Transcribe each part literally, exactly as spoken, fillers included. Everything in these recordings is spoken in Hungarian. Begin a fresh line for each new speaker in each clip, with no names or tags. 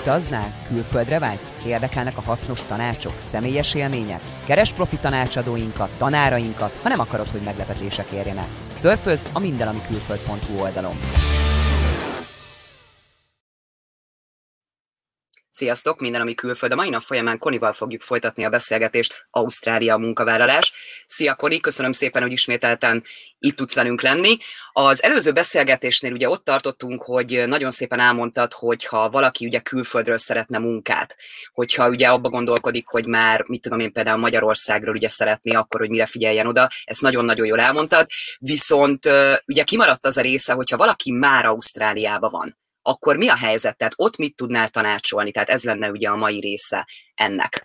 Utaznál? Külföldre vágysz? Érdekelnek a hasznos tanácsok, személyes élmények? Keresd profi tanácsadóinkat, tanárainkat, ha nem akarod, hogy meglepetések érjenek. Szörfözz a mindenamikülföld pont hu oldalon.
Sziasztok, minden, ami külföld. A mai nap folyamán Konival fogjuk folytatni a beszélgetést, Ausztrália munkavállalás. Szia Koni, köszönöm szépen, hogy ismételten itt tudsz velünk lenni. Az előző beszélgetésnél ugye ott tartottunk, hogy nagyon szépen elmondtad, hogyha valaki ugye külföldről szeretne munkát, hogyha ugye abba gondolkodik, hogy már, mit tudom én, például Magyarországról ugye szeretné, akkor hogy mire figyeljen oda, ezt nagyon-nagyon jól elmondtad. Viszont ugye kimaradt az a része, hogyha valaki már Ausztráliában van, akkor mi a helyzet? Tehát ott mit tudnál tanácsolni? Tehát ez lenne ugye a mai része ennek.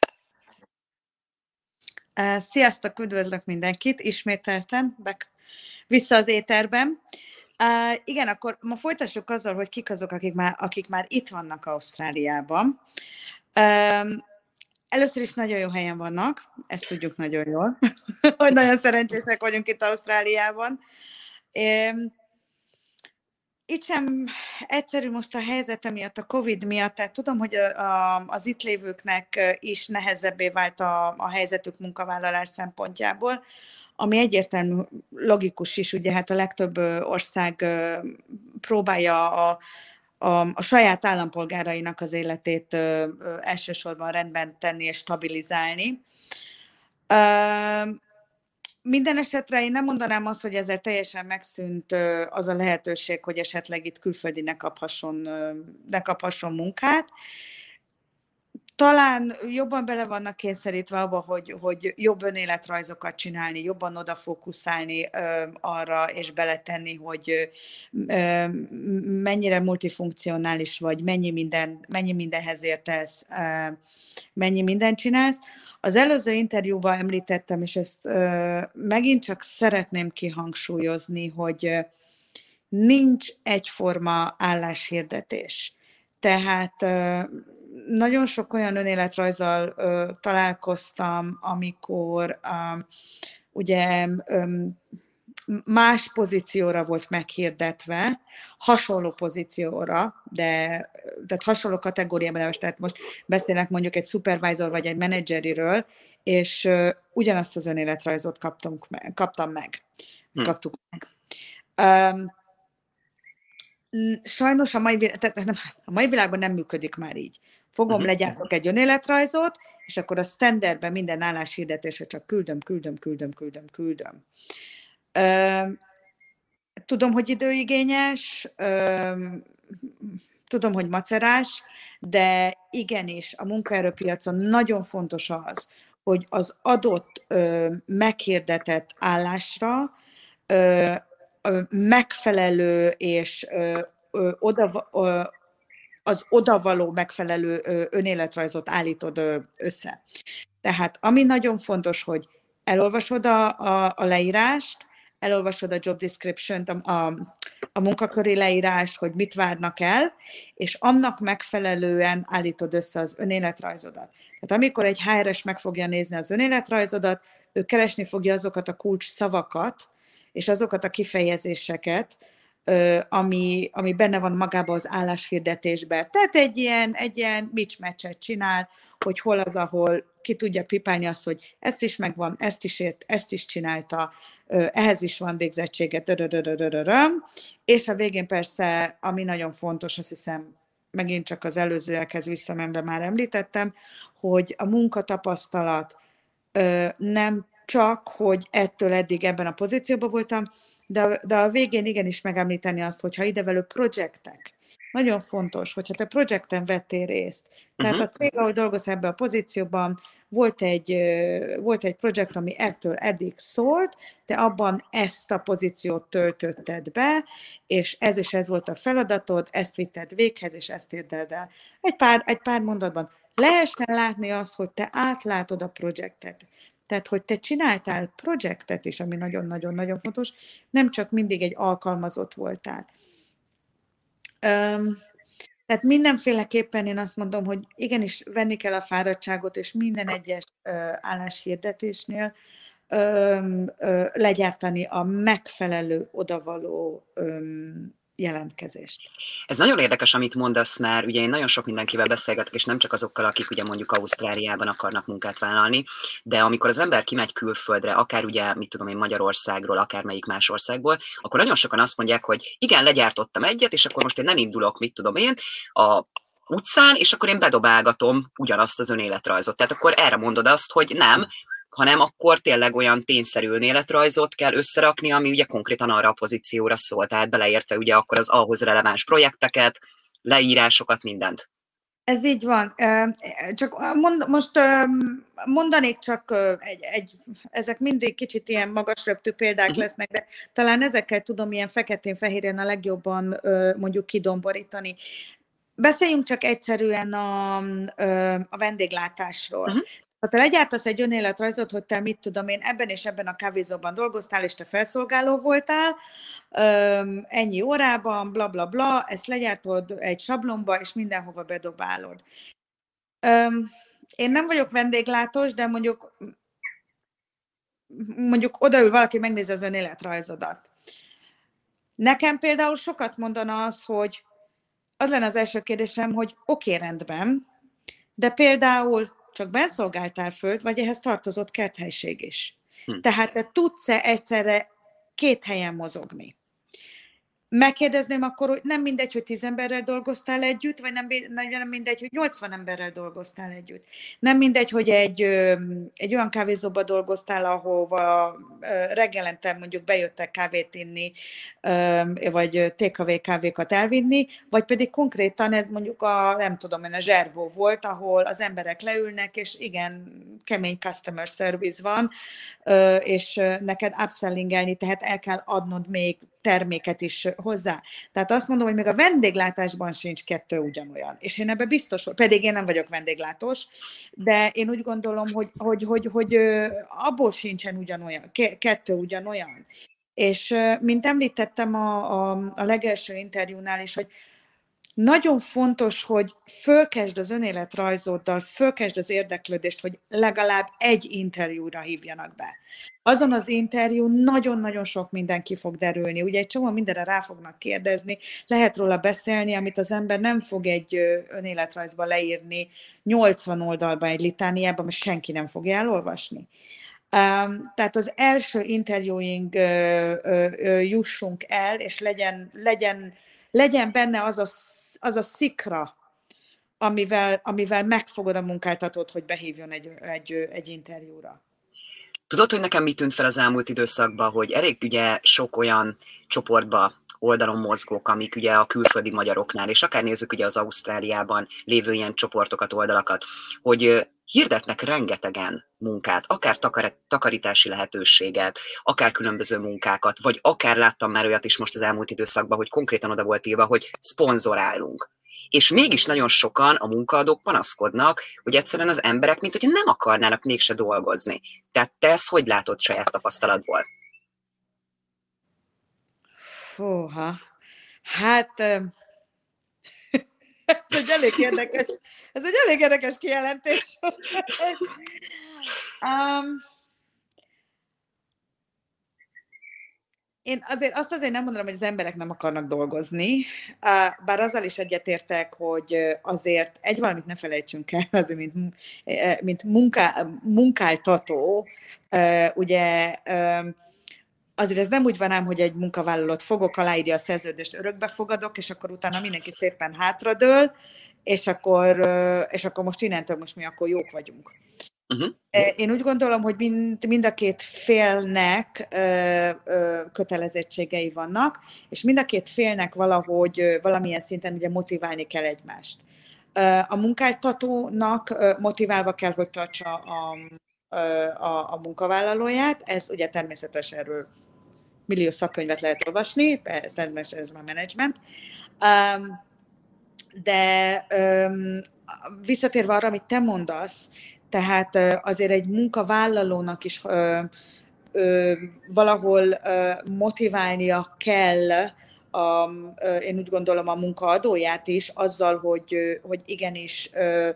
Sziasztok, üdvözlök mindenkit, ismételtem, vissza az éterben. Uh, igen, akkor ma folytassuk azzal, hogy kik azok, akik már, akik már itt vannak Ausztráliában. Uh, először is nagyon jó helyen vannak, ezt tudjuk nagyon jól, hogy nagyon szerencsések vagyunk itt Ausztráliában. Um, Itt sem egyszerű most a helyzet miatt, a Covid miatt, tehát tudom, hogy a, a, az itt lévőknek is nehezebbé vált a, a helyzetük munkavállalás szempontjából, ami egyértelmű, logikus is, ugye hát a legtöbb ország próbálja a, a, a saját állampolgárainak az életét elsősorban rendben tenni és stabilizálni. Minden esetre én nem mondanám azt, hogy ezzel teljesen megszűnt az a lehetőség, hogy esetleg itt külföldi ne kaphasson, ne kaphasson munkát. Talán jobban bele vannak kényszerítve abba, hogy, hogy jobb önéletrajzokat csinálni, jobban odafókuszálni ö, arra, és beletenni, hogy ö, mennyire multifunkcionális vagy, mennyi, minden, mennyi mindenhez értesz, ö, mennyi mindent csinálsz. Az előző interjúban említettem, és ezt ö, megint csak szeretném kihangsúlyozni, hogy ö, nincs egyforma álláshirdetés. Tehát ö, nagyon sok olyan önéletrajzzal ö, találkoztam, amikor ö, ugye ö, más pozícióra volt meghirdetve, hasonló pozícióra, de tehát hasonló kategóriában, tehát most beszélek mondjuk egy supervisor vagy egy menedzseriről, és uh, ugyanazt az önéletrajzot kaptunk, kaptam meg. Hm. Kaptuk meg. Um, sajnos a mai, tehát a mai világban nem működik már így. Fogom, uh-huh. legyártok egy önéletrajzot, és akkor a standardben minden álláshirdetésre csak küldöm, küldöm, küldöm, küldöm, küldöm. Uh, tudom, hogy időigényes, uh, tudom, hogy macerás, de igenis a munkaerőpiacon nagyon fontos az, hogy az adott uh, meghirdetett állásra uh, uh, megfelelő és uh, uh, oda, uh, az odavaló megfelelő uh, önéletrajzot állítod uh, össze. Tehát ami nagyon fontos, hogy elolvasod a, a, a leírást, elolvasod a job description-t, a, a, a munkaköri leírás, hogy mit várnak el, és annak megfelelően állítod össze az önéletrajzodat. Tehát amikor egy há er es meg fogja nézni az önéletrajzodat, ő keresni fogja azokat a kulcs szavakat, és azokat a kifejezéseket, ami, ami benne van magában az álláshirdetésben. Tehát egy ilyen, egy ilyen mitch-matchet csinál, hogy hol az, ahol ki tudja pipálni azt, hogy ezt is megvan, ezt is ért, ezt is csinálta, ehhez is van végzettsége, és a végén persze, ami nagyon fontos, azt hiszem, megint csak az előzőekhez visszamenve már említettem, hogy a munkatapasztalat nem csak, hogy ettől eddig ebben a pozícióban voltam, de a, de a végén igenis megemlíteni azt, hogyha idevelő projektek, nagyon fontos, hogyha te projekten vettél részt. Tehát uh-huh. a cég, ahol dolgozol ebben a pozícióban, volt egy, volt egy projekt, ami ettől eddig szólt, te abban ezt a pozíciót töltötted be, és ez és ez volt a feladatod, ezt vitted véghez, és ezt érted el. Egy pár, egy pár mondatban lehessen látni azt, hogy te átlátod a projektet. Tehát, hogy te csináltál projektet is, ami nagyon-nagyon-nagyon fontos, nem csak mindig egy alkalmazott voltál. Um, tehát mindenféleképpen én azt mondom, hogy igenis venni kell a fáradtságot, és minden egyes uh, álláshirdetésnél um, uh, legyártani a megfelelő, odavaló um, jelentkezést.
Ez nagyon érdekes, amit mondasz, mert ugye én nagyon sok mindenkivel beszélgetek, és nem csak azokkal, akik ugye mondjuk Ausztráliában akarnak munkát vállalni, de amikor az ember kimegy külföldre, akár ugye, mit tudom én, Magyarországról, akár melyik más országból, akkor nagyon sokan azt mondják, hogy igen, legyártottam egyet, és akkor most én nem indulok, mit tudom én, a utcán, és akkor én bedobálgatom ugyanazt az önéletrajzot. Tehát akkor erre mondod azt, hogy nem, hanem akkor tényleg olyan tényszerű önéletrajzot kell összerakni, ami ugye konkrétan arra a pozícióra szól, tehát beleértve ugye akkor az ahhoz releváns projekteket, leírásokat, mindent.
Ez így van. Csak mond, most mondanék csak egy, egy, ezek mindig kicsit ilyen magasröptű példák uh-huh. lesznek, de talán ezekkel tudom ilyen feketén-fehéren a legjobban mondjuk kidomborítani. Beszéljünk csak egyszerűen a, a vendéglátásról. Uh-huh. Ha te legyártasz egy önéletrajzot, hogy te mit tudom én, ebben és ebben a kávézóban dolgoztál, és te felszolgáló voltál, ennyi órában, bla bla bla, ezt legyártod egy sablonba, és mindenhova bedobálod. Én nem vagyok vendéglátós, de mondjuk, mondjuk odaül valaki, megnézi az önéletrajzodat. Nekem például sokat mondana az, hogy az lenne az első kérdésem, hogy oké, okay, rendben, de például csak benszolgáltál föld, vagy ehhez tartozott kerthelység is. Hm. Tehát te tudsz-e egyszerre két helyen mozogni? Megkérdezném akkor, hogy nem mindegy, hogy tíz emberrel dolgoztál együtt, vagy nem, nem mindegy, hogy nyolcvan emberrel dolgoztál együtt. Nem mindegy, hogy egy, egy olyan kávézóba dolgoztál, ahova reggelente mondjuk bejöttek kávét inni, vagy takeaway kávékat elvinni, vagy pedig konkrétan ez mondjuk a, nem tudom én, a zserbó volt, ahol az emberek leülnek, és igen, kemény customer service van, és neked upsellingelni, tehát el kell adnod még terméket is hozzá. Tehát azt mondom, hogy még a vendéglátásban sincs kettő ugyanolyan. És én ebben biztos, pedig én nem vagyok vendéglátós, de én úgy gondolom, hogy, hogy, hogy, hogy abból sincsen ugyanolyan, kettő ugyanolyan. És mint említettem a, a, a legelső interjúnál is, hogy nagyon fontos, hogy fölkezd az önéletrajzoddal, fölkezd az érdeklődést, hogy legalább egy interjúra hívjanak be. Azon az interjún nagyon-nagyon sok minden ki fog derülni. Ugye egy csomó mindenre rá fognak kérdezni, lehet róla beszélni, amit az ember nem fog egy önéletrajzba leírni nyolcvan oldalban, egy litániában, mert senki nem fogja elolvasni. Um, tehát az első interjúink uh, uh, uh, jussunk el, és legyen, legyen, legyen benne az a, az a szikra, amivel, amivel megfogod a munkáltatót, hogy behívjon egy, egy, egy interjúra.
Tudod, hogy nekem mi tűnt fel az elmúlt időszakban, hogy elég ugye sok olyan csoportba, oldalon mozgók, amik ugye a külföldi magyaroknál, és akár nézzük ugye az Ausztráliában lévő ilyen csoportokat, oldalakat, hogy hirdetnek rengetegen munkát, akár takar- takarítási lehetőséget, akár különböző munkákat, vagy akár láttam már olyat is most az elmúlt időszakban, hogy konkrétan oda volt írva, hogy szponzorálunk. És mégis nagyon sokan a munkaadók panaszkodnak, hogy egyszerűen az emberek, mint hogyha nem akarnának mégse dolgozni. Tehát te ezt hogy látod saját tapasztalatból?
Fúha, hát ez egy elég érdekes, ez egy elég érdekes kijelentés. um, Én azért, azt azért nem mondanám, hogy az emberek nem akarnak dolgozni, bár azzal is egyetértek, hogy azért egy valamit ne felejtsünk el, azért mint, mint munká, munkáltató, ugye azért ez nem úgy van ám, hogy egy munkavállalót fogok, aláírja a szerződést, örökbe fogadok, és akkor utána mindenki szépen hátradől, és akkor, és akkor most innentől most mi akkor jók vagyunk. Uh-huh. Én úgy gondolom, hogy mind, mind a két félnek ö, ö, kötelezettségei vannak, és mind a két félnek valahogy ö, valamilyen szinten ugye motiválni kell egymást. Ö, a munkáltatónak ö, motiválva kell, hogy tartsa a, a, a munkavállalóját, ez ugye természetesen erről millió szakkönyvet lehet olvasni, ez természetesen ez már menedzsment. Um, de um, visszatérve arra, amit te mondasz, tehát azért egy munkavállalónak is ö, ö, valahol ö, motiválnia kell, a, ö, én úgy gondolom a munkaadóját is, azzal, hogy, ö, hogy igenis, ö,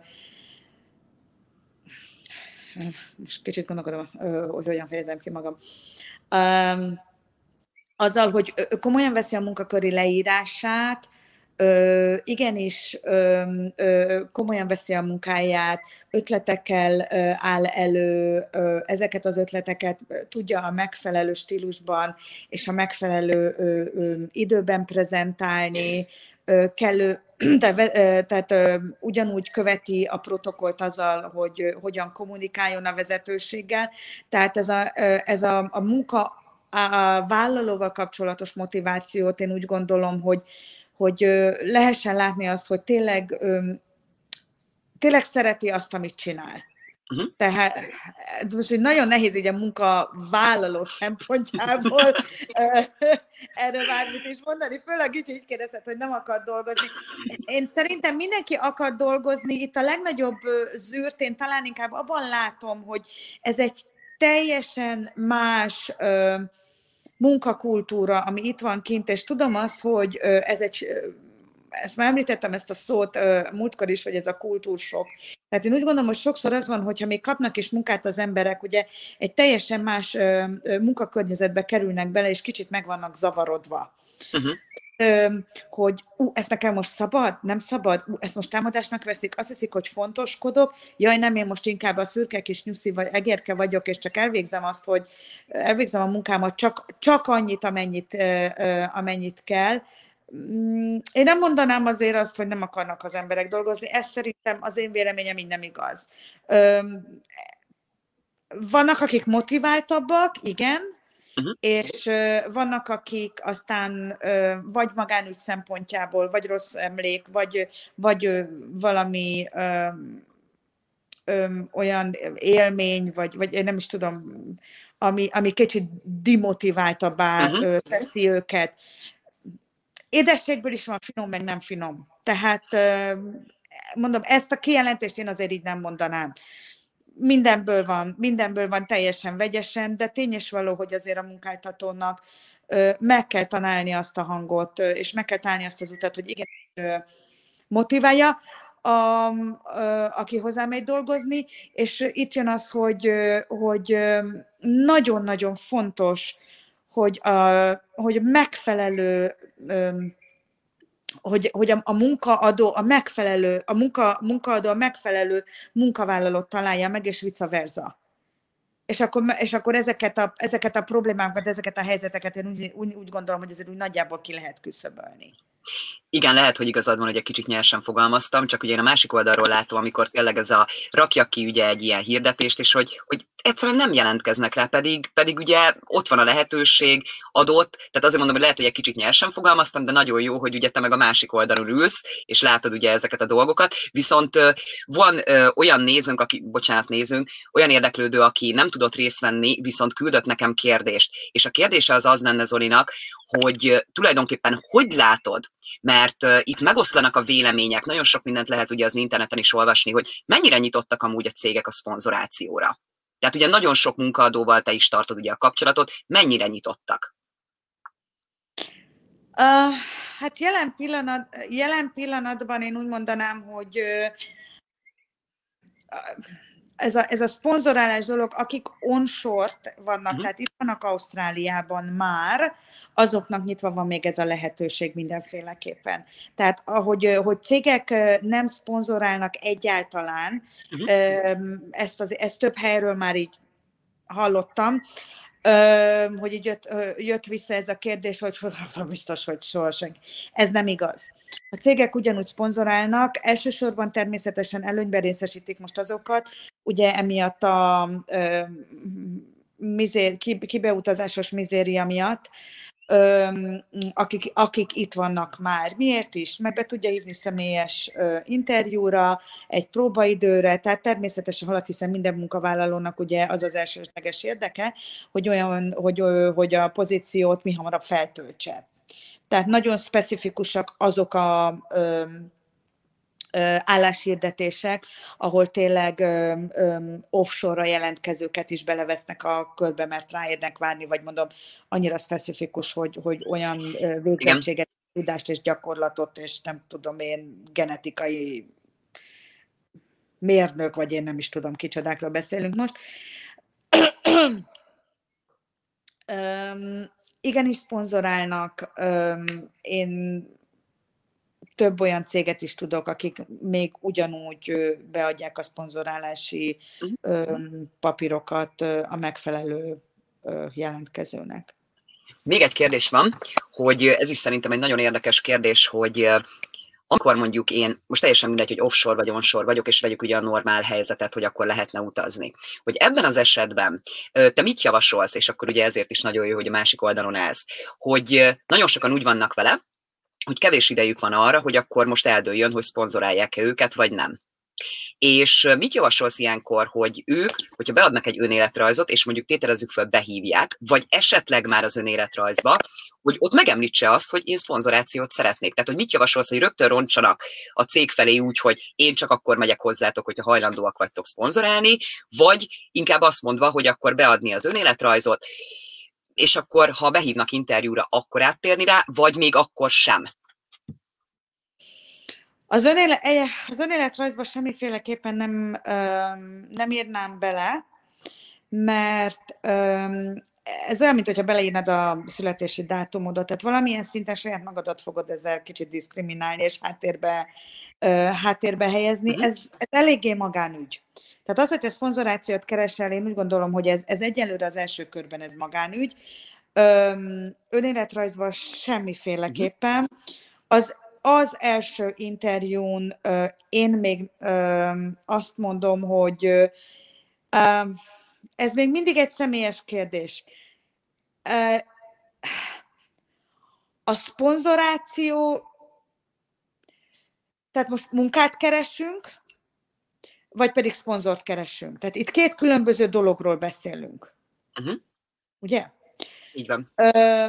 most kicsit gondolkodom, ö, hogy hogyan fejezem ki magam, ö, azzal, hogy komolyan veszi a munkaköri leírását, Ö, igenis ö, ö, komolyan veszi a munkáját, ötletekkel ö, áll elő, ö, ezeket az ötleteket tudja a megfelelő stílusban és a megfelelő ö, ö, időben prezentálni, ö, kellő, tehát ö, ugyanúgy követi a protokollt azzal, hogy ö, hogyan kommunikáljon a vezetőséggel. Tehát ez a, ö, ez a, a munka, a vállalóval kapcsolatos motivációt én úgy gondolom, hogy hogy lehessen látni azt, hogy tényleg, tényleg szereti azt, amit csinál. Uh-huh. Tehát most nagyon nehéz így a munkavállaló szempontjából erről bármit is mondani, főleg így, így kérdezted, hogy nem akar dolgozni. Én szerintem mindenki akar dolgozni, itt a legnagyobb zűrt én talán inkább abban látom, hogy ez egy teljesen más munkakultúra, ami itt van kint, és tudom azt, hogy ez egy, ezt már említettem ezt a szót múltkor is, hogy ez a kultúrsok. Tehát én úgy gondolom, hogy sokszor az van, hogyha még kapnak is munkát az emberek, ugye egy teljesen más munkakörnyezetbe kerülnek bele, és kicsit meg vannak zavarodva. Uh-huh. Hogy ú, ezt nekem most szabad, nem szabad, ú, ezt most támadásnak veszik, azt hiszik, hogy fontoskodok, jaj nem, én most inkább a szürke kis nyuszi vagy egérke vagyok, és csak elvégzem azt, hogy elvégzem a munkámat csak, csak annyit, amennyit, amennyit kell. Én nem mondanám azért azt, hogy nem akarnak az emberek dolgozni, ez szerintem az én véleményem így nem igaz. Vannak, akik motiváltabbak, igen, Uh-huh. és uh, vannak, akik aztán uh, vagy magánügy szempontjából, vagy rossz emlék, vagy, vagy uh, valami um, um, olyan élmény, vagy, vagy én nem is tudom, ami, ami kicsit demotiváltabbá uh-huh. uh, teszi őket. Édességből is van finom, meg nem finom. Tehát uh, mondom, ezt a kijelentést én azért így nem mondanám. Mindenből van, mindenből van teljesen vegyesen, de tény és való, hogy azért a munkáltatónak ö, meg kell találni azt a hangot, ö, és meg kell találni azt az utat, hogy igen, ö, motiválja, a, ö, aki hozzá megy dolgozni, és itt jön az, hogy, ö, hogy ö, nagyon-nagyon fontos, hogy, a, hogy megfelelő ö, hogy, hogy a, a munkaadó a megfelelő, a munka, munkaadó a megfelelő munkavállalót találja meg, és vice versa. És akkor, és akkor ezeket, a, ezeket a problémákat, ezeket a helyzeteket én úgy, úgy, úgy gondolom, hogy ezért úgy nagyjából ki lehet küszöbölni.
Igen, lehet, hogy igazad van, hogy egy kicsit nyersen fogalmaztam, csak ugye én a másik oldalról látom, amikor tényleg ez a rakjak ki ugye egy ilyen hirdetést, és hogy, hogy egyszerűen nem jelentkeznek rá, pedig, pedig ugye ott van a lehetőség adott, tehát azért mondom, hogy lehet, hogy egy kicsit nyersen fogalmaztam, de nagyon jó, hogy ugye te meg a másik oldalon ülsz, és látod ugye ezeket a dolgokat, viszont van ö, olyan nézőnk, aki, bocsánat, nézőnk, olyan érdeklődő, aki nem tudott részt venni, viszont küldött nekem kérdést, és a kérdése az az lenne Zolinak, hogy tulajdonképpen hogy látod, mert uh, itt megoszlanak a vélemények, nagyon sok mindent lehet ugye az interneten is olvasni, hogy mennyire nyitottak amúgy a cégek a szponzorációra. Tehát ugye nagyon sok munkaadóval te is tartod ugye a kapcsolatot, mennyire nyitottak?
Uh, hát jelen, pillanat, jelen pillanatban én úgy mondanám, hogy uh, ez a, ez a szponzorálás dolog, akik onshore vannak, uh-huh. tehát itt vannak Ausztráliában már, azoknak nyitva van még ez a lehetőség mindenféleképpen. Tehát ahogy hogy cégek nem szponzorálnak egyáltalán, uh-huh. ezt, az, ezt több helyről már így hallottam, hogy így jött, jött vissza ez a kérdés, hogy biztos, hogy sohasem. Ez nem igaz. A cégek ugyanúgy szponzorálnak, elsősorban természetesen előnyben részesítik most azokat, ugye emiatt a ö, mizér, kibeutazásos mizéria miatt, ö, akik, akik itt vannak már. Miért is? Mert be tudja hívni személyes ö, interjúra, egy próbaidőre, tehát természetesen alatt, hiszen minden munkavállalónak ugye az az elsőleges érdeke, hogy, olyan, hogy, hogy a pozíciót mi hamarabb feltöltse. Tehát nagyon specifikusak azok a ö, ö, álláshirdetések, ahol tényleg ö, ö, offshore-ra jelentkezőket is belevesznek a körbe, mert ráérnek várni, vagy mondom, annyira specifikus, hogy, hogy olyan végzettséget, tudást és gyakorlatot, és nem tudom én, genetikai mérnök, vagy én nem is tudom, kicsodákról beszélünk most. igenis szponzorálnak. Én több olyan céget is tudok, akik még ugyanúgy beadják a szponzorálási papírokat a megfelelő jelentkezőnek.
Még egy kérdés van, hogy ez is szerintem egy nagyon érdekes kérdés, hogy akkor mondjuk én, most teljesen mindegy, hogy offshore vagy onshore vagyok, és vegyük ugye a normál helyzetet, hogy akkor lehetne utazni. Hogy ebben az esetben te mit javasolsz, és akkor ugye ezért is nagyon jó, hogy a másik oldalon állsz, hogy nagyon sokan úgy vannak vele, hogy kevés idejük van arra, hogy akkor most eldőljön, hogy szponzorálják-e őket, vagy nem. És mit javasolsz ilyenkor, hogy ők, hogyha beadnak egy önéletrajzot, és mondjuk tételezzük föl, behívják, vagy esetleg már az önéletrajzba, hogy ott megemlítse azt, hogy én szponzorációt szeretnék. Tehát, hogy mit javasolsz, hogy rögtön roncsanak a cég felé úgy, hogy én csak akkor megyek hozzátok, hogyha hajlandóak vagytok szponzorálni, vagy inkább azt mondva, hogy akkor beadni az önéletrajzot, és akkor, ha behívnak interjúra, akkor áttérni rá, vagy még akkor sem?
Az, önéle, az önéletrajzba semmiféleképpen nem, nem írnám bele, mert ez olyan, mint hogyha beleírnád a születési dátumodat, tehát valamilyen szinten saját magadat fogod ezzel kicsit diszkriminálni, és háttérbe, háttérbe helyezni. Ez, ez eléggé magánügy. Tehát az, hogy te szponzorációt keresel, én úgy gondolom, hogy ez, ez egyelőre az első körben ez magánügy. Önéletrajzban semmiféleképpen. Az Az első interjún uh, én még uh, azt mondom, hogy uh, ez még mindig egy személyes kérdés. Uh, a szponzoráció, tehát most munkát keresünk, vagy pedig szponzort keresünk. Tehát itt két különböző dologról beszélünk. Uh-huh. Ugye?
Így van.
Uh,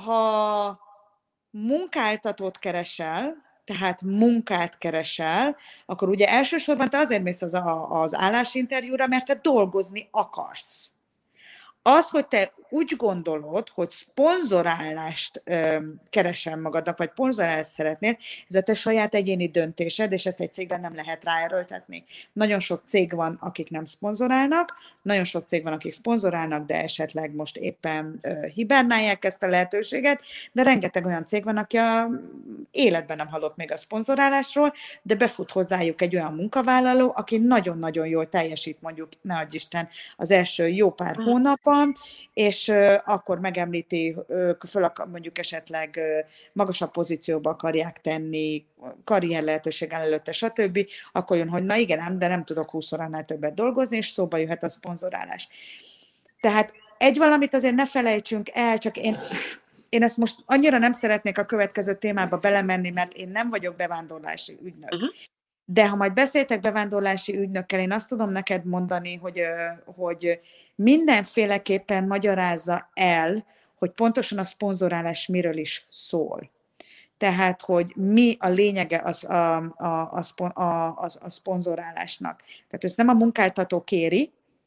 ha munkáltatót keresel, tehát munkát keresel, akkor ugye elsősorban te azért mész az, az állásinterjúra, mert te dolgozni akarsz. Az, hogy te úgy gondolod, hogy szponzorálást ö, keresel magadnak, vagy szponzorálást szeretnél, ez a te saját egyéni döntésed, és ezt egy cégben nem lehet ráerőltetni. Nagyon sok cég van, akik nem szponzorálnak, nagyon sok cég van, akik szponzorálnak, de esetleg most éppen ö, hibernálják ezt a lehetőséget, de rengeteg olyan cég van, aki a életben nem hallott még a szponzorálásról, de befut hozzájuk egy olyan munkavállaló, aki nagyon-nagyon jól teljesít, mondjuk, ne adj Isten, az első jó pár hónapban, és uh, akkor megemlíti, uh, föl akar, mondjuk esetleg uh, magasabb pozícióba akarják tenni, karrier lehetőség előtte, stb., akkor jön, hogy na igen, ám, de nem tudok húsz óránál többet dolgozni, és szóba jöhet a szponzorálás. Tehát egy valamit azért ne felejtsünk el, csak én, én ezt most annyira nem szeretnék a következő témába belemenni, mert én nem vagyok bevándorlási ügynök. Uh-huh. De ha majd beszéltek bevándorlási ügynökkel, én azt tudom neked mondani, hogy, hogy mindenféleképpen magyarázza el, hogy pontosan a szponzorálás miről is szól. Tehát, hogy mi a lényege az a, a, a, a, a, a szponzorálásnak. Tehát ezt nem a munkáltató kéri,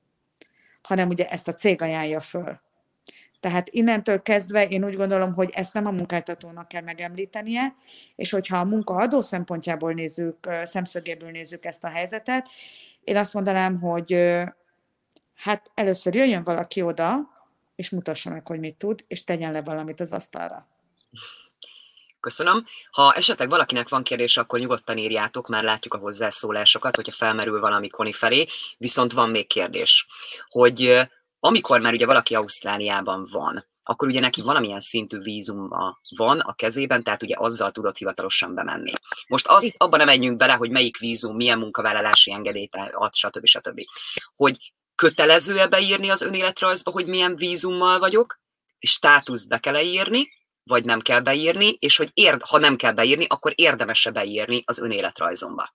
hanem ugye ezt a cég ajánlja föl. Tehát innentől kezdve én úgy gondolom, hogy ezt nem a munkáltatónak kell megemlítenie, és hogyha a munkaadó szempontjából nézzük, szemszögéből nézzük ezt a helyzetet, én azt mondanám, hogy hát először jöjjön valaki oda, és mutassa meg, hogy mit tud, és tegyen le valamit az asztalra.
Köszönöm. Ha esetleg valakinek van kérdése, akkor nyugodtan írjátok, már látjuk a hozzászólásokat, hogyha felmerül valami Koni felé, viszont van még kérdés, hogy amikor már ugye valaki Ausztráliában van, akkor ugye neki valamilyen szintű vízuma van a kezében, tehát ugye azzal tudott hivatalosan bemenni. Most az, abban nem menjünk bele, hogy melyik vízum, milyen munkavállalási engedélyt ad, stb. stb. Hogy kötelező-e beírni az önéletrajzba, hogy milyen vízummal vagyok, és státuszt be kell írni, vagy nem kell beírni, és hogy érd, ha nem kell beírni, akkor érdemes-e beírni az önéletrajzomba?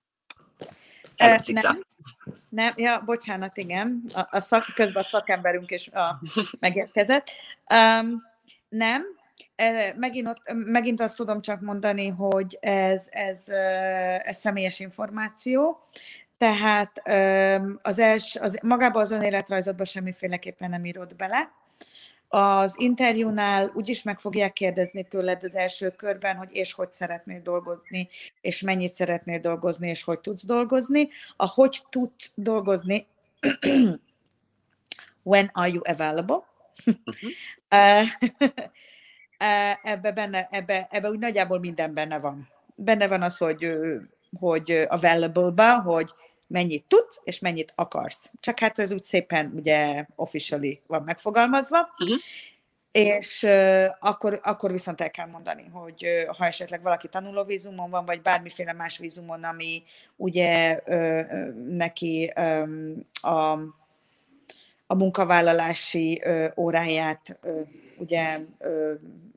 E, nem. Nem, ja, bocsánat, igen. A, a szak, közben a szakemberünk is a, megérkezett. Um, nem. E, megint, ott, megint azt tudom csak mondani, hogy ez, ez, ez személyes információ. Tehát az els, az, magában az önéletrajzodban semmiféleképpen nem írod bele. Az interjúnál úgyis meg fogják kérdezni tőled az első körben, hogy és hogy szeretnél dolgozni, és mennyit szeretnél dolgozni, és hogy tudsz dolgozni. A hogy tudsz dolgozni, when are you available? ebbe, benne, ebbe, ebbe úgy nagyjából minden benne van. Benne van az, hogy, hogy available-ba, hogy mennyit tudsz, és mennyit akarsz. Csak hát ez úgy szépen ugye officially van megfogalmazva. Uh-huh. És uh, akkor, akkor viszont el kell mondani, hogy uh, ha esetleg valaki tanulóvízumon van, vagy bármiféle más vízumon, ami ugye uh, neki um, a, a munkavállalási uh, óráját uh, ugye uh,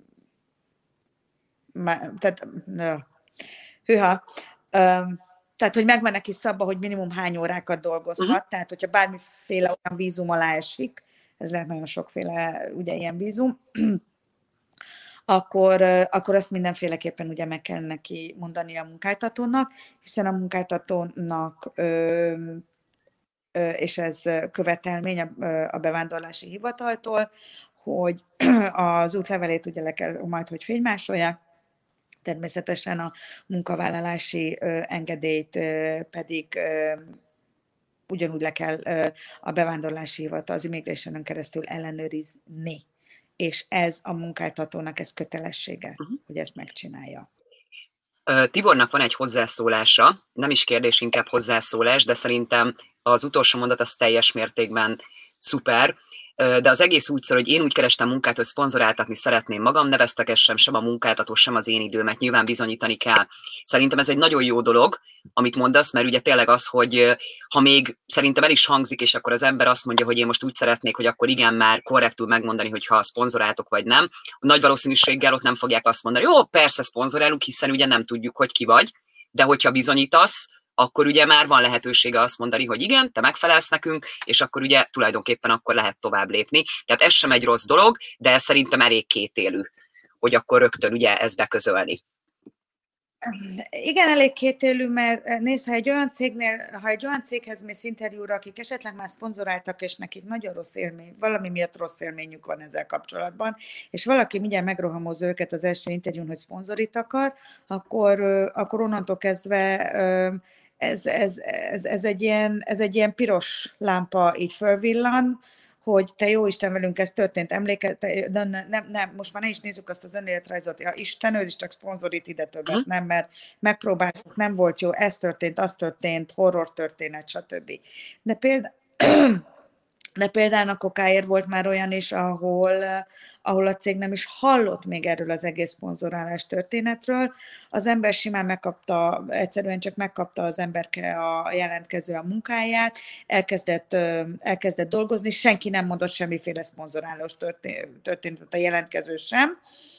má, tehát uh, hűha, um, tehát, hogy megvan neki szabva, hogy minimum hány órákat dolgozhat, uh-huh. tehát, hogyha bármiféle olyan vízum alá esik, ez lehet nagyon sokféle ugye ilyen vízum, akkor, akkor azt mindenféleképpen ugye meg kell neki mondani a munkáltatónak, hiszen a munkáltatónak, ö, ö, és ez követelmény a, a bevándorlási hivataltól, hogy az útlevelét ugye le kell majd, hogy fénymásolják, természetesen a munkavállalási ö, engedélyt ö, pedig ö, ugyanúgy le kell ö, a bevándorlási hivatal az Immigration-ön keresztül ellenőrizni. És ez a munkáltatónak ez kötelessége, uh-huh. hogy ezt megcsinálja.
Tibornak van egy hozzászólása, nem is kérdés, inkább hozzászólás, de szerintem az utolsó mondat az teljes mértékben szuper. De az egész úgy szól, hogy én úgy kerestem munkát, hogy szponzoráltatni szeretném magam, ne vesztegessem sem a munkáltató, sem az én időmet, nyilván bizonyítani kell. Szerintem ez egy nagyon jó dolog, amit mondasz, mert ugye tényleg az, hogy ha még szerintem el is hangzik, és akkor az ember azt mondja, hogy én most úgy szeretnék, hogy akkor igen, már korrektül megmondani, hogy ha szponzoráltok vagy nem, nagy valószínűséggel ott nem fogják azt mondani, jó, persze szponzorálunk, hiszen ugye nem tudjuk, hogy ki vagy, de hogyha bizonyítasz, akkor ugye már van lehetősége azt mondani, hogy igen, te megfelelsz nekünk, és akkor ugye tulajdonképpen akkor lehet tovább lépni. Tehát ez sem egy rossz dolog, de ez szerintem elég kétélű, hogy akkor rögtön ugye ezt beközölni.
Igen, elég kétélű, mert nézd, ha egy olyan cégnél, ha egy olyan céghez mész interjúra, akik esetleg már szponzoráltak, és nekik nagyon rossz élmény, valami miatt rossz élményük van ezzel kapcsolatban, és valaki mindjárt megrohamozza őket az első interjún, hogy szponzorit akar, akkor, akkor onnantól kezdve ez, ez, ez, ez, egy ilyen, ez egy ilyen piros lámpa így fölvillan, hogy te jó Isten, velünk ez történt, emléke, nem, nem, nem, most már ne is nézzük azt az önéletrajzot, ja Isten, ő is csak szponzorít ide többet, uh-huh. nem, mert megpróbáltuk, nem volt jó, ez történt, az történt, horror történet, stb. De például, de például a Kokáért volt már olyan is, ahol, ahol a cég nem is hallott még erről az egész szponzorálás történetről. Az ember simán megkapta, egyszerűen csak megkapta az emberke a jelentkező a munkáját, elkezdett, elkezdett dolgozni, senki nem mondott semmiféle szponzorálós történetet, a jelentkező sem.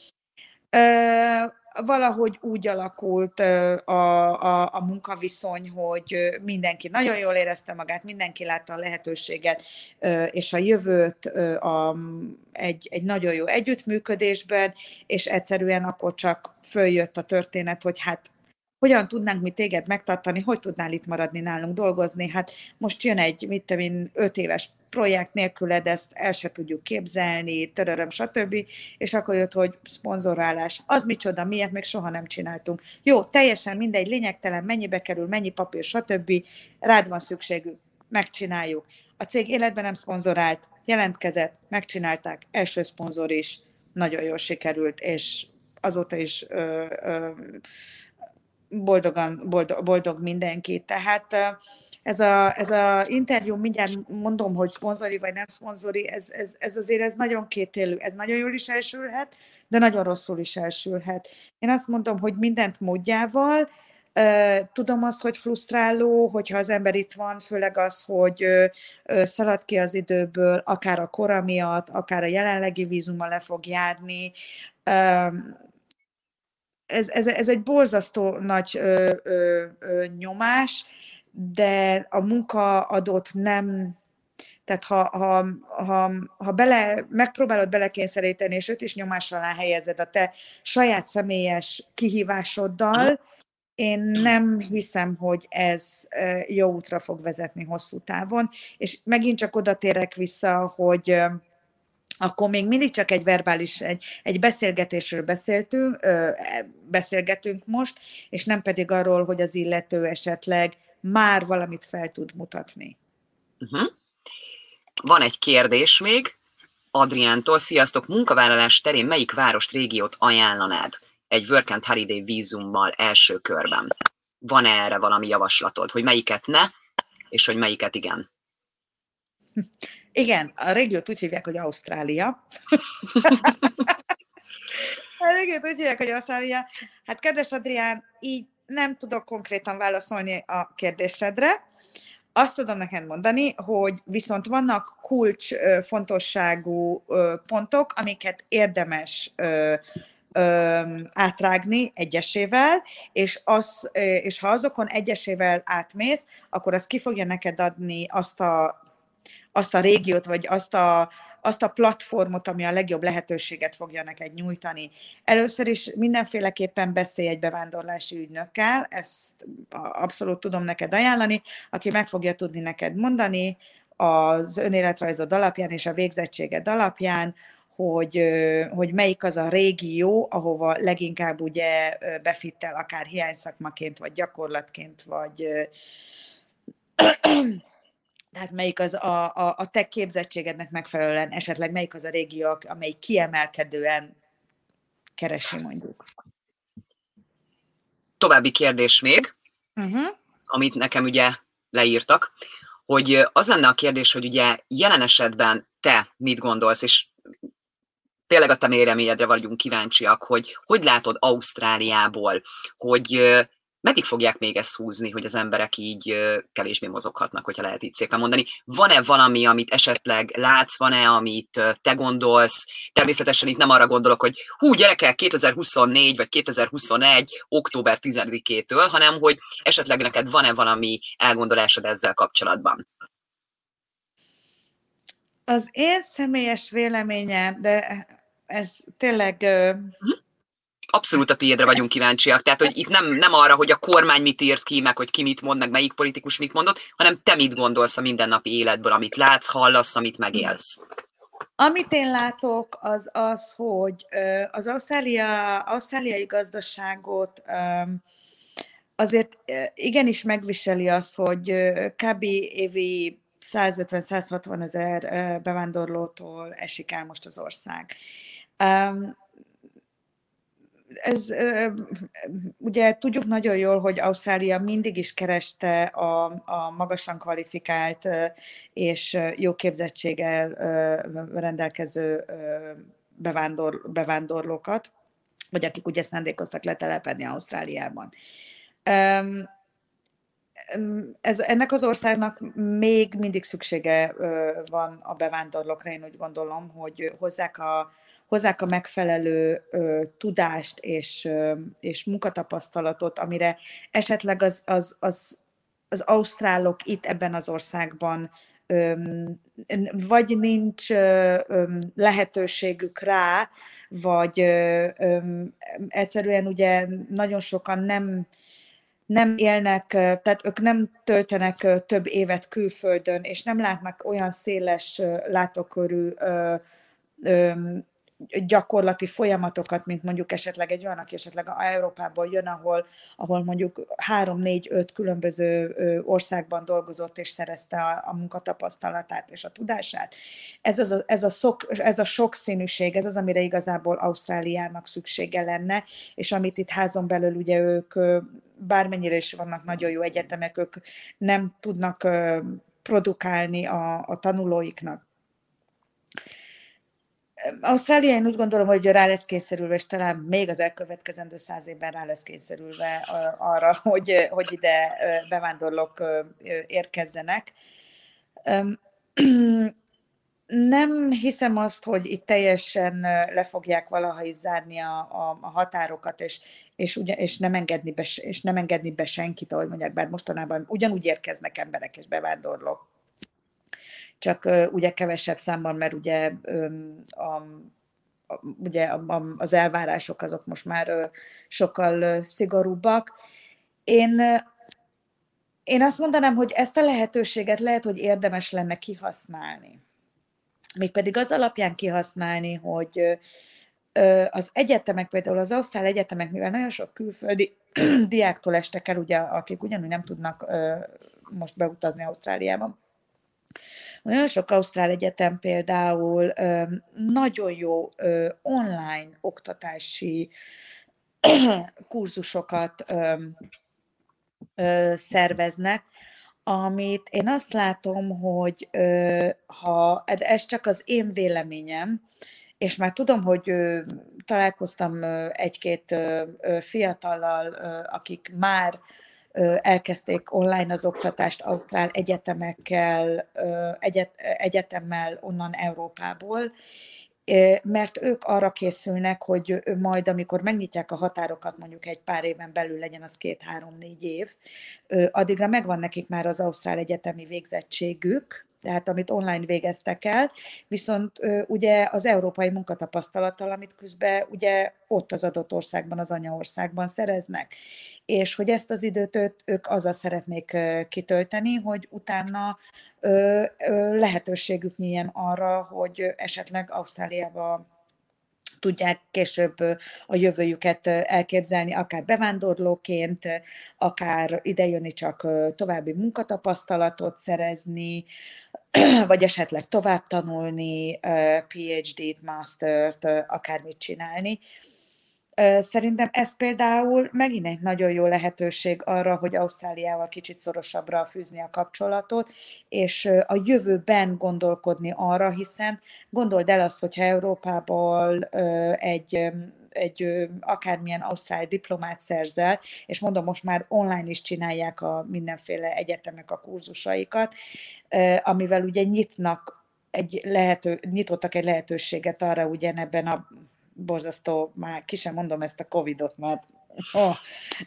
Valahogy úgy alakult a, a, a munkaviszony, hogy mindenki nagyon jól érezte magát, mindenki látta a lehetőséget és a jövőt a, egy, egy nagyon jó együttműködésben, és egyszerűen akkor csak följött a történet, hogy hát hogyan tudnánk mi téged megtartani, hogy tudnál itt maradni nálunk dolgozni, hát most jön egy, mit tudom én, öt éves projekt nélküled, ezt el se tudjuk képzelni, töröröm, stb. És akkor jött, hogy szponzorálás. Az micsoda, miért még soha nem csináltunk. Jó, teljesen mindegy, lényegtelen, mennyibe kerül, mennyi papír, stb. Rád van szükségük, megcsináljuk. A cég életben nem szponzorált, jelentkezett, megcsinálták, első szponzor is, nagyon jól sikerült, és azóta is ö, ö, boldogan, boldog, boldog mindenki. Tehát ez a, ez a interjú, mindjárt mondom, hogy szponzori vagy nem szponzori, ez, ez, ez azért ez nagyon kétélű, ez nagyon jól is elsülhet, de nagyon rosszul is elsülhet. Én azt mondom, hogy mindent módjával, tudom azt, hogy frusztráló, hogyha az ember itt van, főleg az, hogy szalad ki az időből, akár a kora miatt, akár a jelenlegi vízummal le fog járni. Ez, ez, ez egy borzasztó nagy ö, ö, ö, nyomás, de a munkaadót nem, tehát ha, ha, ha, ha bele, megpróbálod belekényszeríteni, és őt is nyomás alá helyezed a te saját személyes kihívásoddal, én nem hiszem, hogy ez jó útra fog vezetni hosszú távon, és megint csak oda térek vissza, hogy akkor még mindig csak egy verbális, egy, egy beszélgetésről beszéltünk, ö, beszélgetünk most, és nem pedig arról, hogy az illető esetleg már valamit fel tud mutatni.
Uh-huh. Van egy kérdés még, Adriántól. Sziasztok! Munkavállalás terén melyik várost, régiót ajánlanád egy Work and Holiday vízummal első körben? Van-e erre valami javaslatod, hogy melyiket ne, és hogy melyiket igen?
Igen, a régiót úgy hívják, hogy Ausztrália. A régiót úgy hívják, hogy Ausztrália. Hát kedves Adrián, így nem tudok konkrétan válaszolni a kérdésedre. Azt tudom neked mondani, hogy viszont vannak kulcs fontosságú pontok, amiket érdemes átrágni egyesével, és, az, és ha azokon egyesével átmész, akkor az ki fogja neked adni azt a, azt a régiót, vagy azt a, azt a platformot, ami a legjobb lehetőséget fogja neked nyújtani. Először is mindenféleképpen beszélj egy bevándorlási ügynökkel, ezt abszolút tudom neked ajánlani, aki meg fogja tudni neked mondani az önéletrajzod alapján és a végzettséged alapján, hogy, hogy melyik az a régió, ahova leginkább ugye befittel, akár hiányszakmaként, vagy gyakorlatként, vagy tehát melyik az a, a, a te képzettségednek megfelelően, esetleg melyik az a régió, amelyik kiemelkedően keresi mondjuk.
További kérdés még, uh-huh. amit nekem ugye leírtak, hogy az lenne a kérdés, hogy ugye jelen esetben te mit gondolsz, és tényleg a te mélyremélyedre vagyunk kíváncsiak, hogy hogy látod Ausztráliából, hogy meddig fogják még ezt húzni, hogy az emberek így kevésbé mozoghatnak, hogyha lehet így szépen mondani. Van-e valami, amit esetleg látsz, van-e, amit te gondolsz? Természetesen itt nem arra gondolok, hogy hú, gyerekek, kétezer-huszonnégy vagy kétezer-huszonegy. október tizedikétől, hanem hogy esetleg neked van-e valami elgondolásod ezzel kapcsolatban?
Az én személyes véleményem, de ez tényleg... Uh...
Abszolút a tiédre vagyunk kíváncsiak. Tehát, hogy itt nem, nem arra, hogy a kormány mit írt ki, meg hogy ki mit mond, meg melyik politikus mit mondott, hanem te mit gondolsz a mindennapi életből, amit látsz, hallasz, amit megélsz.
Amit én látok, az az, hogy az Ausztrália, ausztráliai gazdaságot azért igenis megviseli az, hogy kb. Évi százötven-százhatvan ezer bevándorlótól esik el most az ország. Ez, ugye tudjuk nagyon jól, hogy Ausztrália mindig is kereste a, a magasan kvalifikált és jó képzettséggel rendelkező bevándor, bevándorlókat, vagy akik ugye szándékoztak letelepedni Ausztráliában. Ez, ennek az országnak még mindig szüksége van a bevándorlókra, én úgy gondolom, hogy hozzák a hozzák a megfelelő ö, tudást és, ö, és munkatapasztalatot, amire esetleg az, az, az, az ausztrálok itt ebben az országban ö, vagy nincs ö, ö, lehetőségük rá, vagy ö, ö, egyszerűen ugye nagyon sokan nem, nem élnek, tehát ők nem töltenek több évet külföldön, és nem látnak olyan széles látókörű ö, ö, gyakorlati folyamatokat, mint mondjuk esetleg egy olyan, aki esetleg Európából jön, ahol, ahol mondjuk három, négy, öt különböző országban dolgozott és szerezte a, a munkatapasztalatát és a tudását. Ez, az a, ez, a szok, ez a sokszínűség, ez az, amire igazából Ausztráliának szüksége lenne, és amit itt házon belül ugye ők, bármennyire is vannak nagyon jó egyetemek, ők nem tudnak produkálni a, a tanulóiknak. Ausztrália, én úgy gondolom, hogy rá lesz kényszerülve, és talán még az elkövetkezendő száz évben rá lesz kényszerülve arra, hogy, hogy ide bevándorlók érkezzenek. Nem hiszem azt, hogy itt teljesen le fogják valaha is zárni a, a, a határokat, és, és, ugye, és, nem engedni be, és nem engedni be senkit, ahogy mondják, bár mostanában ugyanúgy érkeznek emberek és bevándorlók. Csak uh, ugye kevesebb számban, mert ugye, um, a, a, ugye a, az elvárások azok most már uh, sokkal uh, szigorúbbak. Én, uh, én azt mondanám, hogy ezt a lehetőséget lehet, hogy érdemes lenne kihasználni. Mégpedig az alapján kihasználni, hogy uh, az egyetemek, például az ausztrál egyetemek, mivel nagyon sok külföldi diáktól estek el, ugye, akik ugyanúgy nem tudnak uh, most beutazni Ausztráliában, Nagyon sok ausztrál egyetem például nagyon jó online oktatási kurzusokat szerveznek, amit én azt látom, hogy ha ez csak az én véleményem, és már tudom, hogy találkoztam egy-két fiatallal, akik már elkezdték online az oktatást ausztrál egyetemekkel, egyet, egyetemmel onnan Európából, mert ők arra készülnek, hogy majd, amikor megnyitják a határokat, mondjuk egy pár éven belül, legyen az két-három-négy év, addigra megvan nekik már az ausztrál egyetemi végzettségük, tehát amit online végeztek el, viszont ugye az európai munkatapasztalattal, amit közben ugye ott az adott országban, az anyaországban szereznek. És hogy ezt az időt ők azzal szeretnék kitölteni, hogy utána lehetőségük nyíljen arra, hogy esetleg Ausztráliába tudják később a jövőjüket elképzelni, akár bevándorlóként, akár idejönni csak további munkatapasztalatot szerezni, vagy esetleg tovább tanulni, PhD-t, Mastert, akármit csinálni. Szerintem ez például megint egy nagyon jó lehetőség arra, hogy Ausztráliával kicsit szorosabbra fűzni a kapcsolatot, és a jövőben gondolkodni arra, hiszen gondold el azt, hogyha Európából egy, egy akármilyen ausztrál diplomát szerzel, és mondom, most már online is csinálják a mindenféle egyetemek a kurzusaikat, amivel ugye nyitnak egy lehető, nyitottak egy lehetőséget arra ugyanebben a borzasztó, már ki sem mondom ezt a Covidot, mert oh.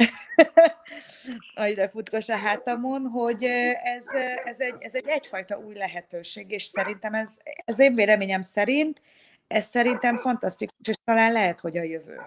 a ide futkos a hátamon, hogy ez, ez, egy, ez egy egyfajta új lehetőség, és szerintem ez, ez én véleményem szerint, ez szerintem fantasztikus, és talán lehet, hogy a jövő.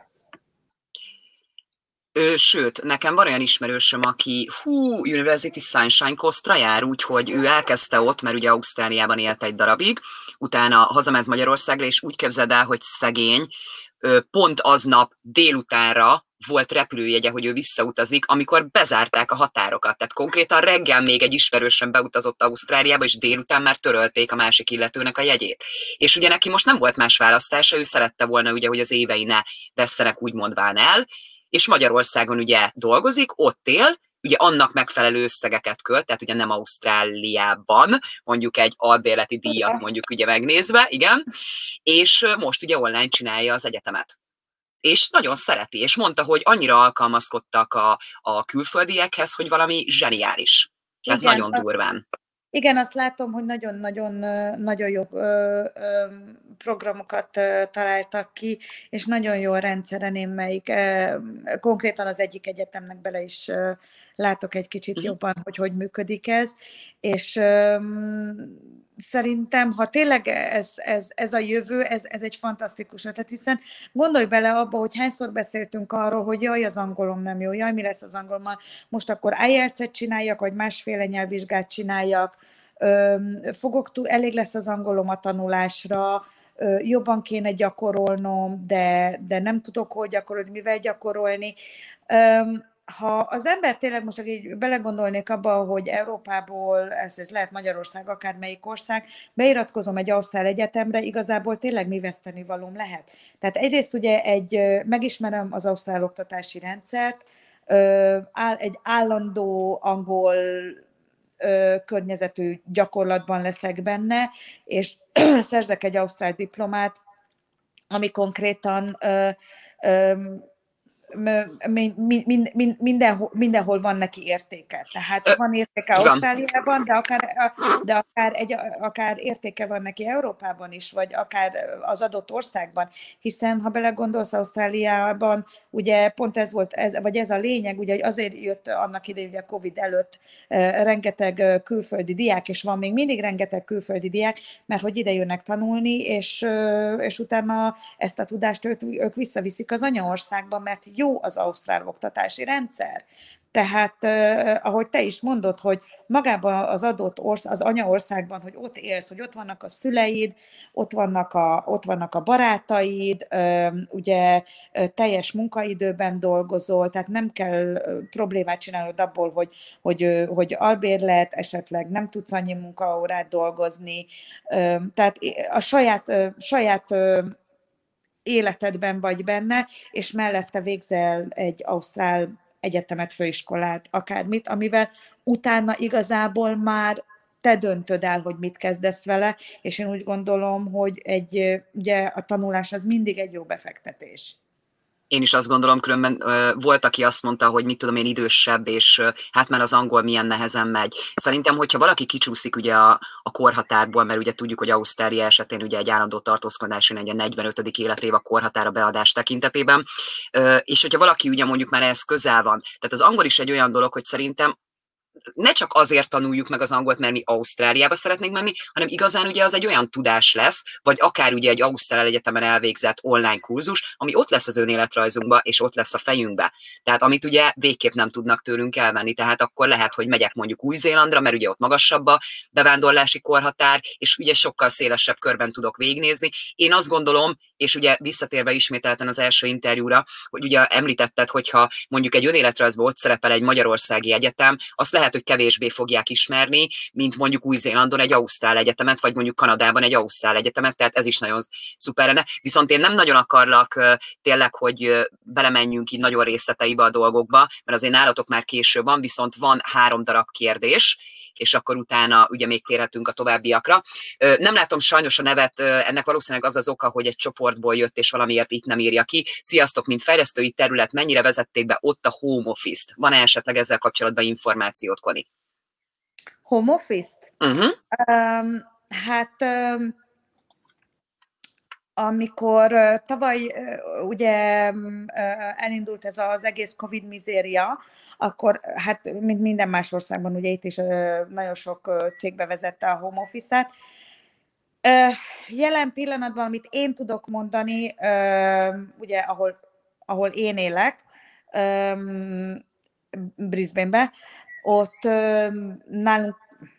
Ö, sőt, nekem van olyan ismerősöm, aki hú, University Sunshine Coastra jár, úgyhogy ő elkezdte ott, mert ugye Ausztráliában élt egy darabig, utána hazament Magyarországra, és úgy képzeld el, hogy szegény, ö, pont aznap délutánra volt repülőjegye, hogy ő visszautazik, amikor bezárták a határokat. Tehát konkrétan reggel még egy ismerősöm beutazott Ausztráliába, és délután már törölték a másik illetőnek a jegyét. És ugye neki most nem volt más választása, ő szerette volna, ugye, hogy az évei ne vesszenek úgymondván el, és Magyarországon ugye dolgozik, ott él, ugye annak megfelelő összegeket költ, tehát ugye nem Ausztráliában, mondjuk egy albérleti díjat mondjuk ugye megnézve, igen, és most ugye online csinálja az egyetemet. És nagyon szereti, és mondta, hogy annyira alkalmazkodtak a, a külföldiekhez, hogy valami zseniális. Tehát igen, nagyon durván.
Igen, azt látom, hogy nagyon-nagyon nagyon jó programokat találtak ki, és nagyon jó a rendszeren, én melyik konkrétan az egyik egyetemnek bele is látok egy kicsit uh-huh. jobban, hogy hogy működik ez, és szerintem, ha tényleg ez, ez, ez a jövő, ez, ez egy fantasztikus ötlet, hiszen gondolj bele abba, hogy hányszor beszéltünk arról, hogy jaj, az angolom nem jó, jaj, mi lesz az angolommal, most akkor I E L T S-et csináljak, vagy másféle nyelvvizsgát csináljak, fogok túl, elég lesz az angolom a tanulásra, jobban kéne gyakorolnom, de, de nem tudok hol gyakorolni, mivel gyakorolni. Ha az ember tényleg most így belegondolnék abba, hogy Európából, ez, ez lehet Magyarország, akármelyik ország, beiratkozom egy ausztrál egyetemre, igazából tényleg mi vesztenivalóm lehet. Tehát egyrészt ugye egy, megismerem az ausztrál oktatási rendszert, egy állandó angol környezetű gyakorlatban leszek benne, és szerzek egy ausztrál diplomát, ami konkrétan Mind, mind, mindenhol, mindenhol van neki értéke. Tehát van értéke Ausztráliában, de akár, de akár, egy, akár értéke van neki Európában is, vagy akár az adott országban. Hiszen, ha belegondolsz, Ausztráliában, ugye pont ez volt, ez, vagy ez a lényeg, ugye, hogy azért jött annak idején, ugye a Covid előtt rengeteg külföldi diák, és van még mindig rengeteg külföldi diák, mert hogy ide jönnek tanulni, és, és utána ezt a tudást ők, ők visszaviszik az anyaországba, mert jó az ausztrál oktatási rendszer. Tehát, eh, ahogy te is mondod, hogy magában az adott ország, az anyaországban, hogy ott élsz, hogy ott vannak a szüleid, ott vannak a, ott vannak a barátaid, eh, ugye eh, teljes munkaidőben dolgozol, tehát nem kell eh, problémát csinálnod abból, hogy, hogy, eh, hogy albérlet, esetleg nem tudsz annyi munkaórát dolgozni. Eh, tehát a saját, eh, saját eh, életedben vagy benne, és mellette végzel egy ausztrál egyetemet, főiskolát, akármit, amivel utána igazából már te döntöd el, hogy mit kezdesz vele, és én úgy gondolom, hogy egy, ugye a tanulás az mindig egy jó befektetés.
Én is azt gondolom, különben volt, aki azt mondta, hogy mit tudom én, idősebb, és hát már az angol milyen nehezen megy. Szerintem, hogyha valaki kicsúszik ugye a, a korhatárból, mert ugye tudjuk, hogy Ausztrália esetén ugye egy állandó tartózkodási egy negyvenötödik életév a korhatára beadás tekintetében, és hogyha valaki ugye mondjuk már ehhez közel van, tehát az angol is egy olyan dolog, hogy szerintem ne csak azért tanuljuk meg az angolt, mert mi Ausztráliába szeretnénk menni, hanem igazán ugye az egy olyan tudás lesz, vagy akár ugye egy ausztrál egyetemen elvégzett online kurzus, ami ott lesz az önéletrajzunkban, és ott lesz a fejünkbe. Tehát amit ugye végképp nem tudnak tőlünk elvenni, tehát akkor lehet, hogy megyek mondjuk Új-Zélandra, mert ugye ott magasabb a bevándorlási korhatár, és ugye sokkal szélesebb körben tudok végignézni. Én azt gondolom, és ugye visszatérve ismételten az első interjúra, hogy ugye említetted, hogyha mondjuk egy önéletrajzban ott szerepel egy magyarországi egyetem, azt lehet, hogy kevésbé fogják ismerni, mint mondjuk Új-Zélandon egy ausztrál egyetemet, vagy mondjuk Kanadában egy ausztrál egyetemet, tehát ez is nagyon szuper lenne. Viszont én nem nagyon akarlak tényleg, hogy belemenjünk így nagyon részleteibe a dolgokba, mert azért nálatok már később van, viszont van három darab kérdés, és akkor utána ugye még térhetünk a továbbiakra. Nem látom sajnos a nevet, ennek valószínűleg az az oka, hogy egy csoportból jött, és valamiért itt nem írja ki. Sziasztok, mint fejlesztői terület, mennyire vezették be ott a home office-t? Van-e esetleg ezzel kapcsolatban információt, Koni?
Home office-t?
Uh-huh.
Um, hát... Um... Amikor uh, tavaly uh, ugye uh, elindult ez az egész Covid mizéria, akkor hát mint minden más országban, ugye itt is uh, nagyon sok uh, cég bevezette a home office-et. Uh, jelen pillanatban, amit én tudok mondani, uh, ugye ahol, ahol én élek, um, Brisbane-be, ott uh, nálunk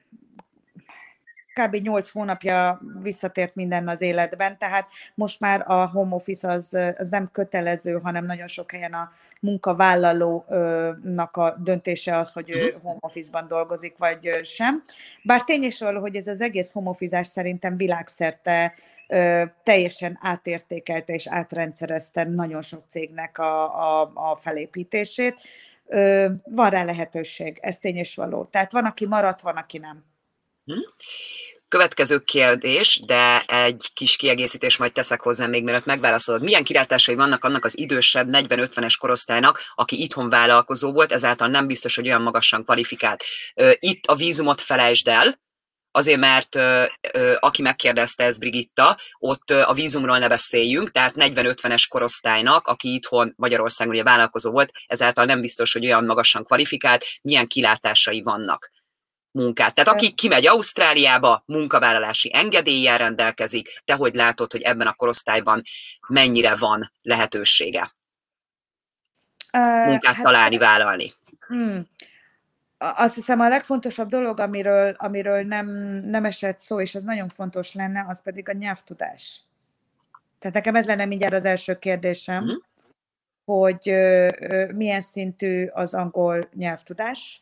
kb. nyolc hónapja visszatért minden az életben, tehát most már a home office az, az nem kötelező, hanem nagyon sok helyen a munkavállalónak a döntése az, hogy ő home office-ban dolgozik, vagy sem. Bár tény is való, hogy ez az egész home office-ás szerintem világszerte ö, teljesen átértékelte és átrendszerezte nagyon sok cégnek a, a, a felépítését. Ö, van rá lehetőség, ez tény is való. Tehát van, aki maradt, van, aki nem.
Következő kérdés, de egy kis kiegészítés majd teszek hozzá még, mielőtt megválaszolod. Milyen kilátásai vannak annak az idősebb negyven-ötvenes korosztálynak, aki itthon vállalkozó volt, ezáltal nem biztos, hogy olyan magasan kvalifikált? Itt a vízumot felejtsd el, azért, mert aki megkérdezte, ez Brigitta, ott a vízumról ne beszéljünk, tehát negyven-ötvenes korosztálynak, aki itthon Magyarországon ugye vállalkozó volt, ezáltal nem biztos, hogy olyan magasan kvalifikált, milyen kilátásai vannak. Munkát. Tehát aki kimegy Ausztráliába, munkavállalási engedéllyel rendelkezik, te hogy látod, hogy ebben a korosztályban mennyire van lehetősége munkát uh, találni, hát, vállalni?
Hmm. Azt hiszem a legfontosabb dolog, amiről, amiről nem, nem esett szó, és ez nagyon fontos lenne, az pedig a nyelvtudás. Tehát nekem ez lenne mindjárt az első kérdésem, uh-huh. hogy ö, ö, milyen szintű az angol nyelvtudás,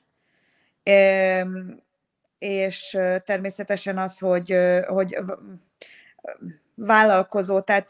és természetesen az, hogy, hogy vállalkozó, tehát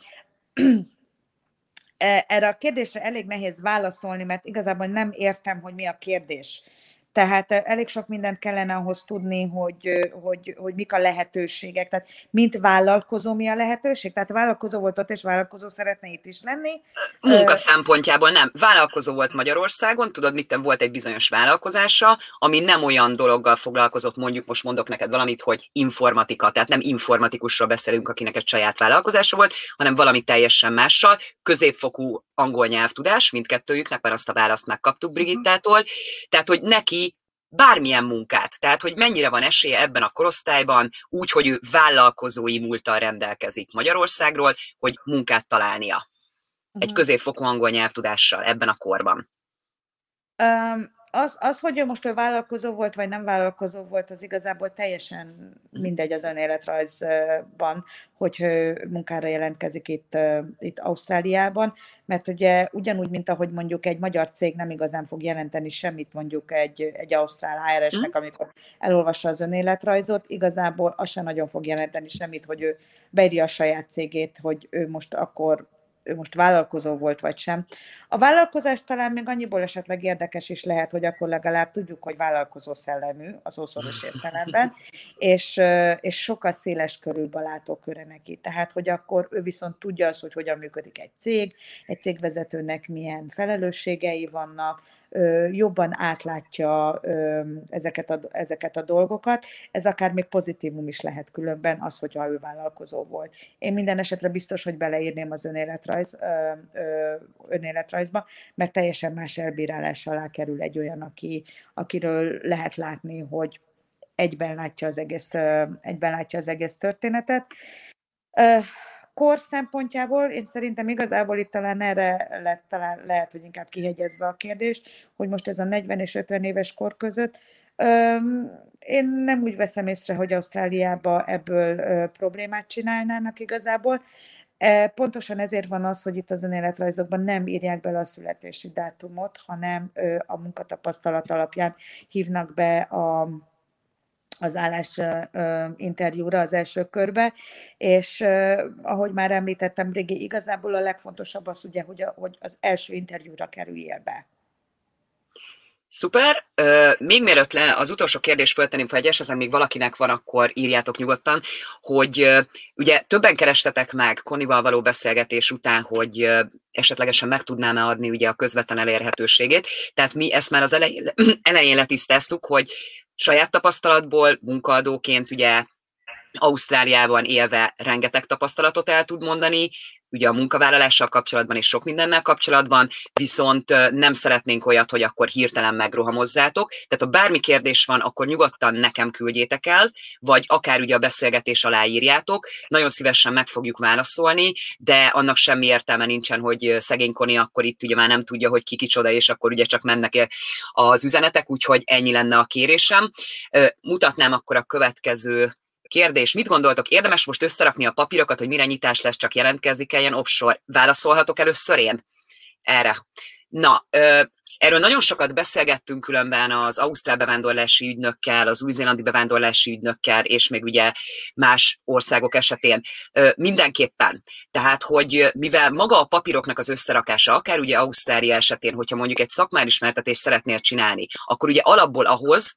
erre a kérdésre elég nehéz válaszolni, mert igazából nem értem, hogy mi a kérdés. Tehát elég sok mindent kellene ahhoz tudni, hogy, hogy, hogy mik a lehetőségek. Tehát mint vállalkozó mi a lehetőség? Tehát vállalkozó volt ott, és vállalkozó szeretne itt is lenni?
Munka szempontjából nem. Vállalkozó volt Magyarországon, tudod, mit volt egy bizonyos vállalkozása, ami nem olyan dologgal foglalkozott, mondjuk most mondok neked valamit, hogy informatika, tehát nem informatikusról beszélünk, akinek egy saját vállalkozása volt, hanem valami teljesen mással, középfokú angol nyelvtudás, mindkettőjüknek, mert azt a választ megkaptuk Brigittától, tehát, hogy neki bármilyen munkát, tehát hogy mennyire van esélye ebben a korosztályban, úgy, hogy ő vállalkozói múlttal rendelkezik Magyarországról, hogy munkát találnia. egy középfokú angol nyelvtudással ebben a korban?
Um, az, az, hogy ő most ő vállalkozó volt, vagy nem vállalkozó volt, az igazából teljesen mindegy az önéletrajzban, hogy ő munkára jelentkezik itt, itt Ausztráliában, mert ugye ugyanúgy, mint ahogy mondjuk egy magyar cég nem igazán fog jelenteni semmit mondjuk egy, egy ausztrál há er esnek, amikor elolvassa az önéletrajzot, igazából az sem nagyon fog jelenteni semmit, hogy ő beírja a saját cégét, hogy ő most akkor ő most vállalkozó volt, vagy sem. A vállalkozás talán még annyiból esetleg érdekes is lehet, hogy akkor legalább tudjuk, hogy vállalkozó szellemű, az ószoros értelemben, és, és sokkal széles körül a látóköre neki. Tehát, hogy akkor ő viszont tudja azt, hogy hogyan működik egy cég, egy cégvezetőnek milyen felelősségei vannak, jobban átlátja ezeket a, ezeket a dolgokat. Ez akár még pozitívum is lehet különben, az, hogyha ő vállalkozó volt. Én minden esetre biztos, hogy beleírném az önéletrajz, önéletrajzba, mert teljesen más elbírálás alá kerül egy olyan, aki, akiről lehet látni, hogy egyben látja az egész, egyben látja az egész történetet. Kor szempontjából én szerintem igazából itt talán erre lett, talán lehet, hogy inkább kihegyezve a kérdés, hogy most ez a negyven és ötven éves kor között. Én nem úgy veszem észre, hogy Ausztráliában ebből problémát csinálnának igazából. Pontosan ezért van az, hogy itt az önéletrajzokban nem írják bele a születési dátumot, hanem a munkatapasztalat alapján hívnak be a az állás uh, interjúra az első körbe, és uh, ahogy már említettem, Brigi, igazából a legfontosabb az ugye, hogy, a, hogy az első interjúra kerüljél be.
Szuper. Uh, még mielőtt le az utolsó kérdést föltenném, ha egy esetleg még valakinek van, akkor írjátok nyugodtan, hogy uh, ugye többen kerestetek meg Connival való beszélgetés után, hogy uh, esetlegesen meg tudnám-e adni ugye a közvetlen elérhetőségét. Tehát mi ezt már az elején, elején letisztáztuk, hogy saját tapasztalatból, munkaadóként ugye Ausztráliában élve rengeteg tapasztalatot el tud mondani, ugye a munkavállalással kapcsolatban és sok mindennel kapcsolatban, viszont nem szeretnénk olyat, hogy akkor hirtelen megrohamozzátok. Tehát ha bármi kérdés van, akkor nyugodtan nekem küldjétek el, vagy akár ugye a beszélgetés alá írjátok. Nagyon szívesen meg fogjuk válaszolni, de annak semmi értelme nincsen, hogy szegény Connie akkor itt ugye már nem tudja, hogy ki kicsoda, és akkor ugye csak mennek az üzenetek, úgyhogy ennyi lenne a kérésem. Mutatnám akkor a következő kérdés. Mit gondoltok, érdemes most összerakni a papírokat, hogy mire nyitás lesz, csak jelentkezni kelljen offshore? Válaszolhatok először én erre? Na, ö, erről nagyon sokat beszélgettünk különben az ausztrál bevándorlási ügynökkel, az új-zélandi bevándorlási ügynökkel, és még ugye más országok esetén. Ö, mindenképpen. Tehát, hogy mivel maga a papíroknak az összerakása, akár ugye Ausztrália esetén, hogyha mondjuk egy szakmárismertetést szeretnél csinálni, akkor ugye alapból ahhoz,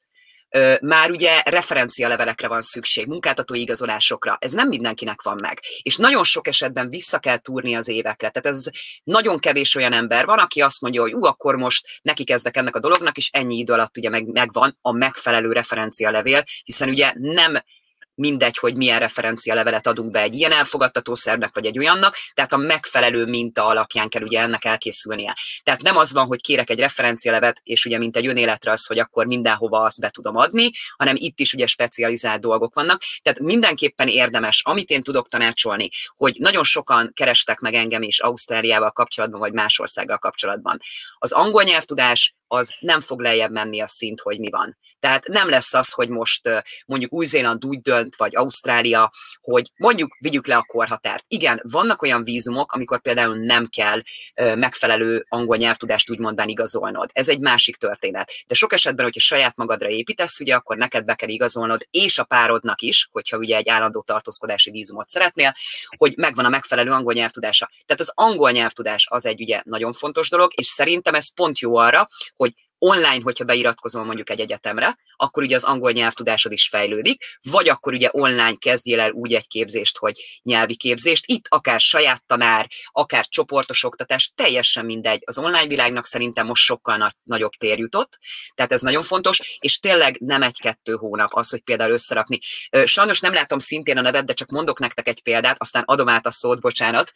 már ugye referencialevelekre van szükség, munkáltatói igazolásokra. Ez nem mindenkinek van meg. És nagyon sok esetben vissza kell túrni az évekre. Tehát ez nagyon kevés olyan ember van, aki azt mondja, hogy ú, akkor most neki kezdek ennek a dolognak, és ennyi idő alatt ugye meg, megvan a megfelelő referencialevél, hiszen ugye nem mindegy, hogy milyen referencialevelet adunk be egy ilyen elfogadtató szervnek, vagy egy olyannak, tehát a megfelelő minta alapján kell ugye ennek elkészülnie. Tehát nem az van, hogy kérek egy referencialevet, és ugye mint egy önéletre az, hogy akkor mindenhova azt be tudom adni, hanem itt is ugye specializált dolgok vannak. Tehát mindenképpen érdemes, amit én tudok tanácsolni, hogy nagyon sokan kerestek meg engem is Ausztráliával kapcsolatban, vagy más országgal kapcsolatban. Az angol nyelvtudás az nem fog lejjebb menni a szint, hogy mi van. Tehát nem lesz az, hogy most mondjuk Új-Zéland úgy dönt, vagy Ausztrália, hogy mondjuk vigyük le a korhatárt. Igen, vannak olyan vízumok, amikor például nem kell megfelelő angol nyelvtudást úgymondán igazolnod. Ez egy másik történet. De sok esetben, hogyha saját magadra építesz, ugye akkor neked be kell igazolnod, és a párodnak is, hogyha ugye egy állandó tartózkodási vízumot szeretnél, hogy megvan a megfelelő angol nyelvtudása. Tehát az angol nyelvtudás az egy ugye nagyon fontos dolog, és szerintem ez pont jó arra, hogy online, hogyha beiratkozol mondjuk egy egyetemre, akkor ugye az angol nyelvtudásod is fejlődik, vagy akkor ugye online kezdjél el úgy egy képzést, hogy nyelvi képzést. Itt akár saját tanár, akár csoportos oktatás, teljesen mindegy. Az online világnak szerintem most sokkal nagy, nagyobb tér jutott, tehát ez nagyon fontos, és tényleg nem egy-kettő hónap az, hogy például összerakni. Sajnos nem látom szintén a neved, de csak mondok nektek egy példát, aztán adom át a szót, bocsánat,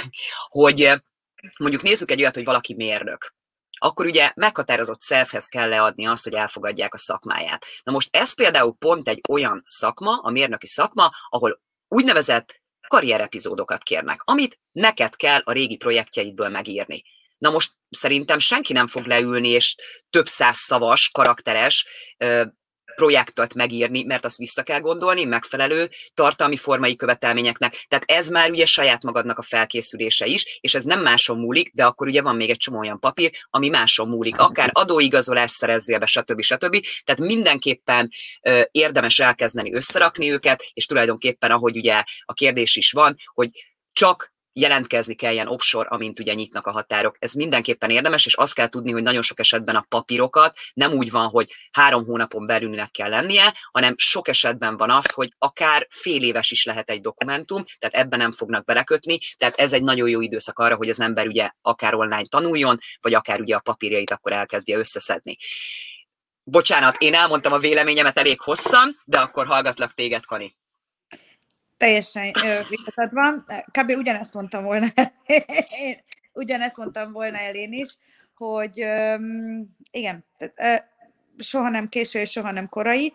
hogy mondjuk nézzük egy olyat, hogy valaki mérnök. Akkor ugye meghatározott szervhez kell leadni azt, hogy elfogadják a szakmáját. Na most ez például pont egy olyan szakma, a mérnöki szakma, ahol úgynevezett karrierepizódokat kérnek, amit neked kell a régi projektjeidből megírni. Na most szerintem senki nem fog leülni, és több száz szavas, karakteres projektet megírni, mert azt vissza kell gondolni, megfelelő tartalmi formai követelményeknek. Tehát ez már ugye saját magadnak a felkészülése is, és ez nem máson múlik, de akkor ugye van még egy csomó olyan papír, ami máson múlik. Akár adóigazolást szerezzél be, stb. stb. Tehát mindenképpen ö, érdemes elkezdeni összerakni őket, és tulajdonképpen, ahogy ugye a kérdés is van, hogy csak jelentkezni kell ilyen offshore, amint ugye nyitnak a határok. Ez mindenképpen érdemes, és azt kell tudni, hogy nagyon sok esetben a papírokat nem úgy van, hogy három hónapon belülnek kell lennie, hanem sok esetben van az, hogy akár fél éves is lehet egy dokumentum, tehát ebben nem fognak belekötni, tehát ez egy nagyon jó időszak arra, hogy az ember ugye akár online tanuljon, vagy akár ugye a papírjait akkor elkezdje összeszedni. Bocsánat, én elmondtam a véleményemet elég hosszan, de akkor hallgatlak téged, Kani.
Teljesen igazad van. Kb. ugyanezt mondtam volna el, ugyanezt mondtam volna el én is, hogy um, igen, tehát, uh, soha nem késő és soha nem korai.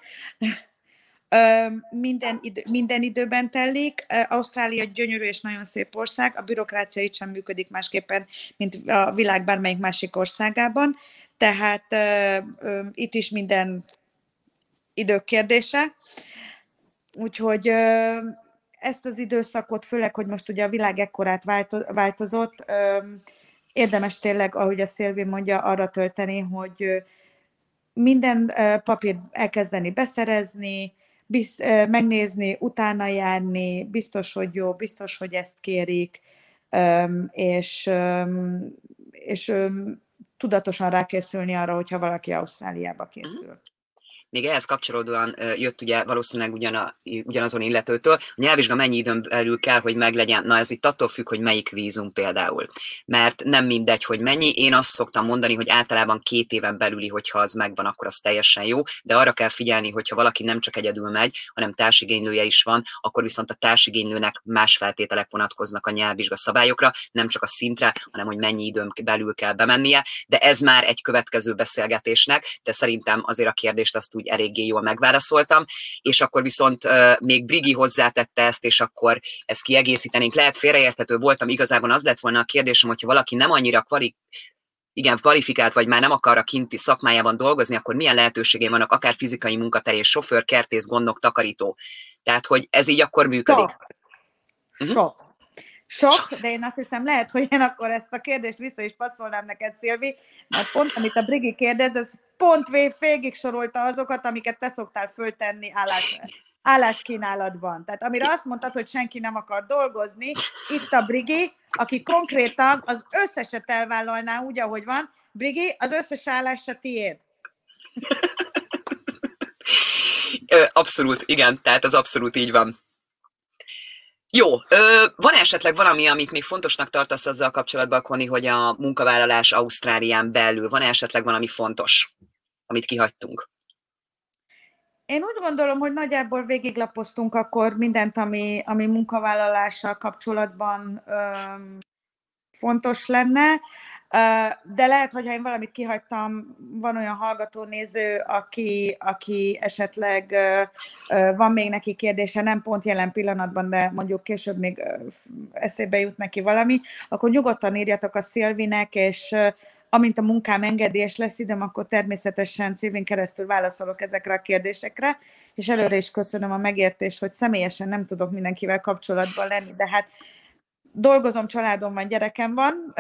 Um, minden, idő, minden időben telik. Uh, Ausztrália gyönyörű és nagyon szép ország, a bürokrácia itt sem működik másképpen, mint a világ bármelyik másik országában, tehát uh, um, itt is minden idők kérdése. Úgyhogy uh, ezt az időszakot, főleg, hogy most ugye a világ ekkorát változott, érdemes tényleg, ahogy a Szilvi mondja, arra tölteni, hogy minden papírt elkezdeni beszerezni, biz, megnézni, utána járni, biztos, hogy jó, biztos, hogy ezt kérik, és, és tudatosan rákészülni arra, hogyha valaki Ausztráliába készül.
Még ehhez kapcsolódóan jött ugye valószínűleg ugyana, ugyanazon illetőtől, a nyelvvizsga mennyi időn belül kell, hogy meglegyen. Na ez itt attól függ, hogy melyik vízum például. Mert nem mindegy, hogy mennyi. Én azt szoktam mondani, hogy általában két éven belüli, hogyha az megvan, akkor az teljesen jó, de arra kell figyelni, hogyha valaki nem csak egyedül megy, hanem társigénylője is van, akkor viszont a társigénylőnek más feltételek vonatkoznak a nyelvvizsga szabályokra, nem csak a szintre, hanem hogy mennyi időn belül kell bemennie, de ez már egy következő beszélgetésnek, de szerintem azért a kérdést azt úgy eléggé jól megválaszoltam, és akkor viszont uh, még Brigi hozzátette ezt, és akkor ezt kiegészítenénk. Lehet félreérthető voltam, igazából az lett volna a kérdésem, hogyha valaki nem annyira kvali- igen, kvalifikált, vagy már nem akar a kinti szakmájában dolgozni, akkor milyen lehetőségei vannak, akár fizikai munkaterés, sofőr, kertész, gondnok, takarító. Tehát, hogy ez így akkor működik.
Sok. Uh-huh. Sok. Sok, de én azt hiszem, lehet, hogy én akkor ezt a kérdést vissza is passzolnám neked, Szilvi, mert pont, amit a Brigi kérdez, ez pont végig sorolta azokat, amiket te szoktál föltenni állás, álláskínálatban. Tehát amire azt mondtad, hogy senki nem akar dolgozni, itt a Brigi, aki konkrétan az összeset elvállalná úgy, ahogy van. Brigi, az összes állás a tiéd.
Abszolút, igen, tehát az abszolút így van. Jó, van esetleg valami, amit még fontosnak tartasz azzal kapcsolatban, Koni, hogy a munkavállalás Ausztrálián belül, van esetleg valami fontos, amit kihagytunk?
Én úgy gondolom, hogy nagyjából végiglapoztunk akkor mindent, ami, ami munkavállalással kapcsolatban öm, fontos lenne, de lehet, hogyha én valamit kihagytam, van olyan hallgató, néző, aki, aki esetleg van még neki kérdése, nem pont jelen pillanatban, de mondjuk később még eszébe jut neki valami, akkor nyugodtan írjatok a Szilvinek, és amint a munkám engedi, és lesz időm, akkor természetesen Szilvin keresztül válaszolok ezekre a kérdésekre, és előre is köszönöm a megértést, hogy személyesen nem tudok mindenkivel kapcsolatban lenni, de hát dolgozom, családom van, gyerekem van.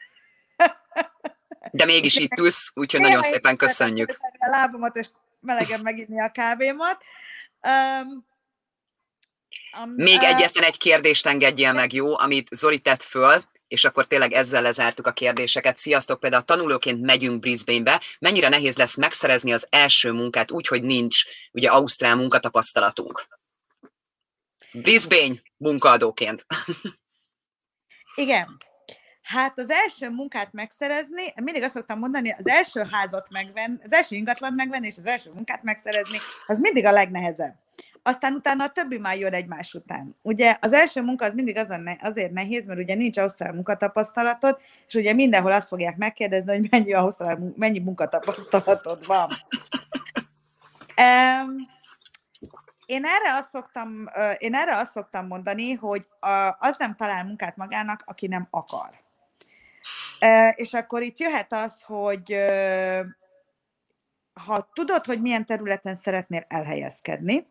De mégis itt ülsz, úgyhogy nagyon szépen köszönjük.
A lábamat, és melegen meginni a kávémat. Um, um,
Még
uh,
egyetlen egy kérdést engedjél meg, jó, amit Zoli tett föl, és akkor tényleg ezzel lezártuk a kérdéseket. Sziasztok, például tanulóként megyünk Brisbane-be. Mennyire nehéz lesz megszerezni az első munkát úgy, hogy nincs ugye ausztrál munkatapasztalatunk? Brisbane munkaadóként.
Igen. Hát az első munkát megszerezni, mindig azt szoktam mondani, az első házat megvenni, az első ingatlant megvenni, és az első munkát megszerezni, az mindig a legnehezebb. Aztán utána a többi már jön egymás után. Ugye az első munka az mindig azon, azért nehéz, mert ugye nincs ausztrál munkatapasztalatod, és ugye mindenhol azt fogják megkérdezni, hogy mennyi, ausztrál, mennyi munkatapasztalatod van. Um, én, erre azt szoktam, én erre azt szoktam mondani, hogy az nem talál munkát magának, aki nem akar. És akkor itt jöhet az, hogy ha tudod, hogy milyen területen szeretnél elhelyezkedni,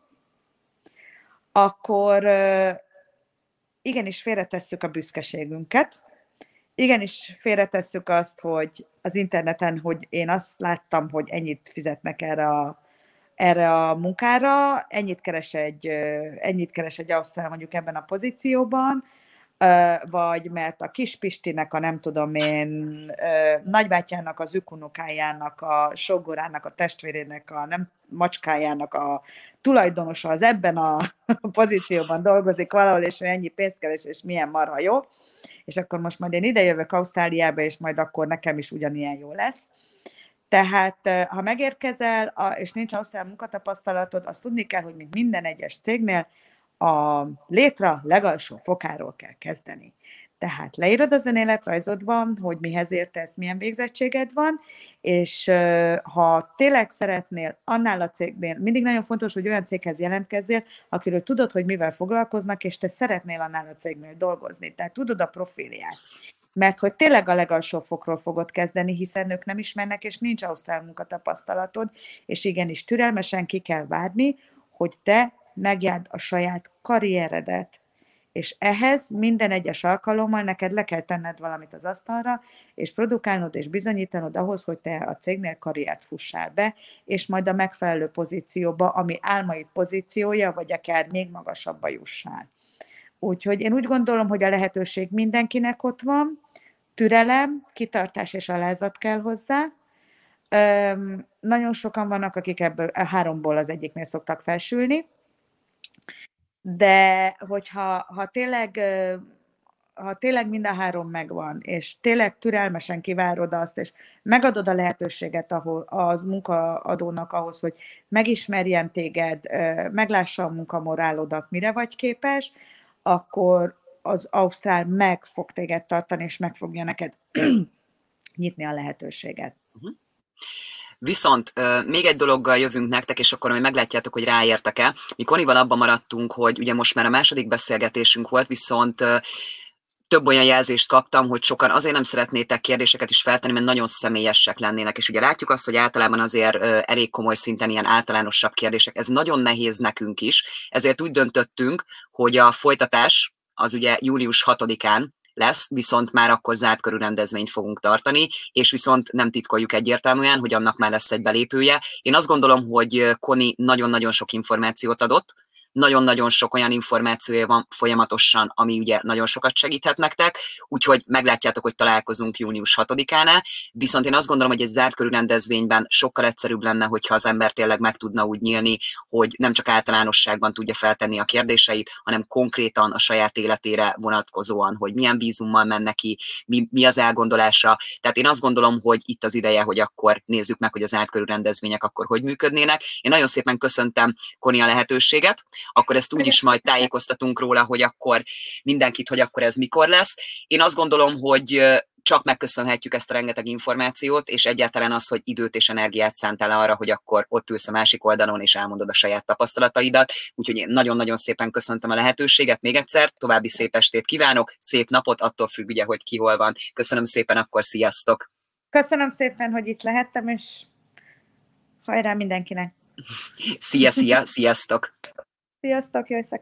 akkor igenis félretesszük a büszkeségünket, igenis félretesszük azt, hogy az interneten, hogy én azt láttam, hogy ennyit fizetnek erre a, erre a munkára, ennyit keres egy, ennyit keres egy ausztrál mondjuk ebben a pozícióban, vagy mert a Kispistinek, a nem tudom én, nagybátyjának, az ükunokájának, a sógorának, a testvérének, a nem macskájának a tulajdonosa az ebben a pozícióban dolgozik valahol, és ő ennyi pénzt keres, és milyen marha jó, és akkor most majd én idejövök Ausztráliába, és majd akkor nekem is ugyanilyen jó lesz. Tehát, ha megérkezel, és nincs ausztrál munkatapasztalatod, azt tudni kell, hogy mint minden egyes cégnél, a létre legalsó fokáról kell kezdeni. Tehát leírod az önéletrajzodban, hogy mihez értesz, milyen végzettséged van, és ha tényleg szeretnél annál a cégnél, mindig nagyon fontos, hogy olyan céghez jelentkezzél, akiről tudod, hogy mivel foglalkoznak, és te szeretnél annál a cégnél dolgozni. Tehát tudod a profilját. Mert hogy tényleg a legalsó fokról fogod kezdeni, hiszen ők nem ismernek, és nincs ausztrál munkatapasztalatod, és igenis türelmesen ki kell várni, hogy te megjárd a saját karrieredet, és ehhez minden egyes alkalommal neked le kell tenned valamit az asztalra, és produkálnod és bizonyítanod ahhoz, hogy te a cégnél karriert fussál be, és majd a megfelelő pozícióba, ami álmaid pozíciója, vagy akár még magasabbba jussál. Úgyhogy én úgy gondolom, hogy a lehetőség mindenkinek ott van, türelem, kitartás és alázat kell hozzá. Üm, nagyon sokan vannak, akik ebből a háromból az egyiknél szoktak felsülni, de hogyha ha tényleg, ha tényleg mind a három megvan, és tényleg türelmesen kivárod azt, és megadod a lehetőséget ahol, az munkaadónak ahhoz, hogy megismerjen téged, meglássa a munkamorálodat, mire vagy képes, akkor az ausztrál meg fog téged tartani, és meg fogja neked nyitni a lehetőséget.
Uh-huh. Viszont uh, még egy dologgal jövünk nektek, és akkor majd meglátjátok, hogy ráértek-e. Mi Connival abban maradtunk, hogy ugye most már a második beszélgetésünk volt, viszont uh, több olyan jelzést kaptam, hogy sokan azért nem szeretnétek kérdéseket is feltenni, mert nagyon személyesek lennének. És ugye látjuk azt, hogy általában azért uh, elég komoly szinten ilyen általánosabb kérdések. Ez nagyon nehéz nekünk is, ezért úgy döntöttünk, hogy a folytatás az ugye július hatodikán lesz, viszont már akkor zárt körű rendezvényt fogunk tartani, és viszont nem titkoljuk egyértelműen, hogy annak már lesz egy belépője. Én azt gondolom, hogy Connie nagyon-nagyon sok információt adott, nagyon-nagyon sok olyan információja van folyamatosan, ami ugye nagyon sokat segíthet nektek, úgyhogy meglátjátok, hogy találkozunk június hatodikán, viszont én azt gondolom, hogy egy zárt körű rendezvényben sokkal egyszerűbb lenne, hogyha az ember tényleg meg tudna úgy nyílni, hogy nem csak általánosságban tudja feltenni a kérdéseit, hanem konkrétan a saját életére vonatkozóan, hogy milyen vízummal menne ki, mi, mi az elgondolása. Tehát én azt gondolom, hogy itt az ideje, hogy akkor nézzük meg, hogy az zárt körű rendezvények akkor hogy működnének. Én nagyon szépen köszöntem Connie a lehetőséget, akkor ezt úgyis majd tájékoztatunk róla, hogy akkor mindenkit, hogy akkor ez mikor lesz. Én azt gondolom, hogy csak megköszönhetjük ezt a rengeteg információt, és egyáltalán az, hogy időt és energiát szántál arra, hogy akkor ott ülsz a másik oldalon, és elmondod a saját tapasztalataidat. Úgyhogy én nagyon-nagyon szépen köszöntöm a lehetőséget még egyszer, további szép estét kívánok, szép napot, attól függ ugye, hogy ki hol van. Köszönöm szépen, akkor sziasztok!
Köszönöm szépen, hogy itt lehettem, és hajrá mindenkinek!
Szia, szia, sziasztok!
Sziasztok, jó éjszakát!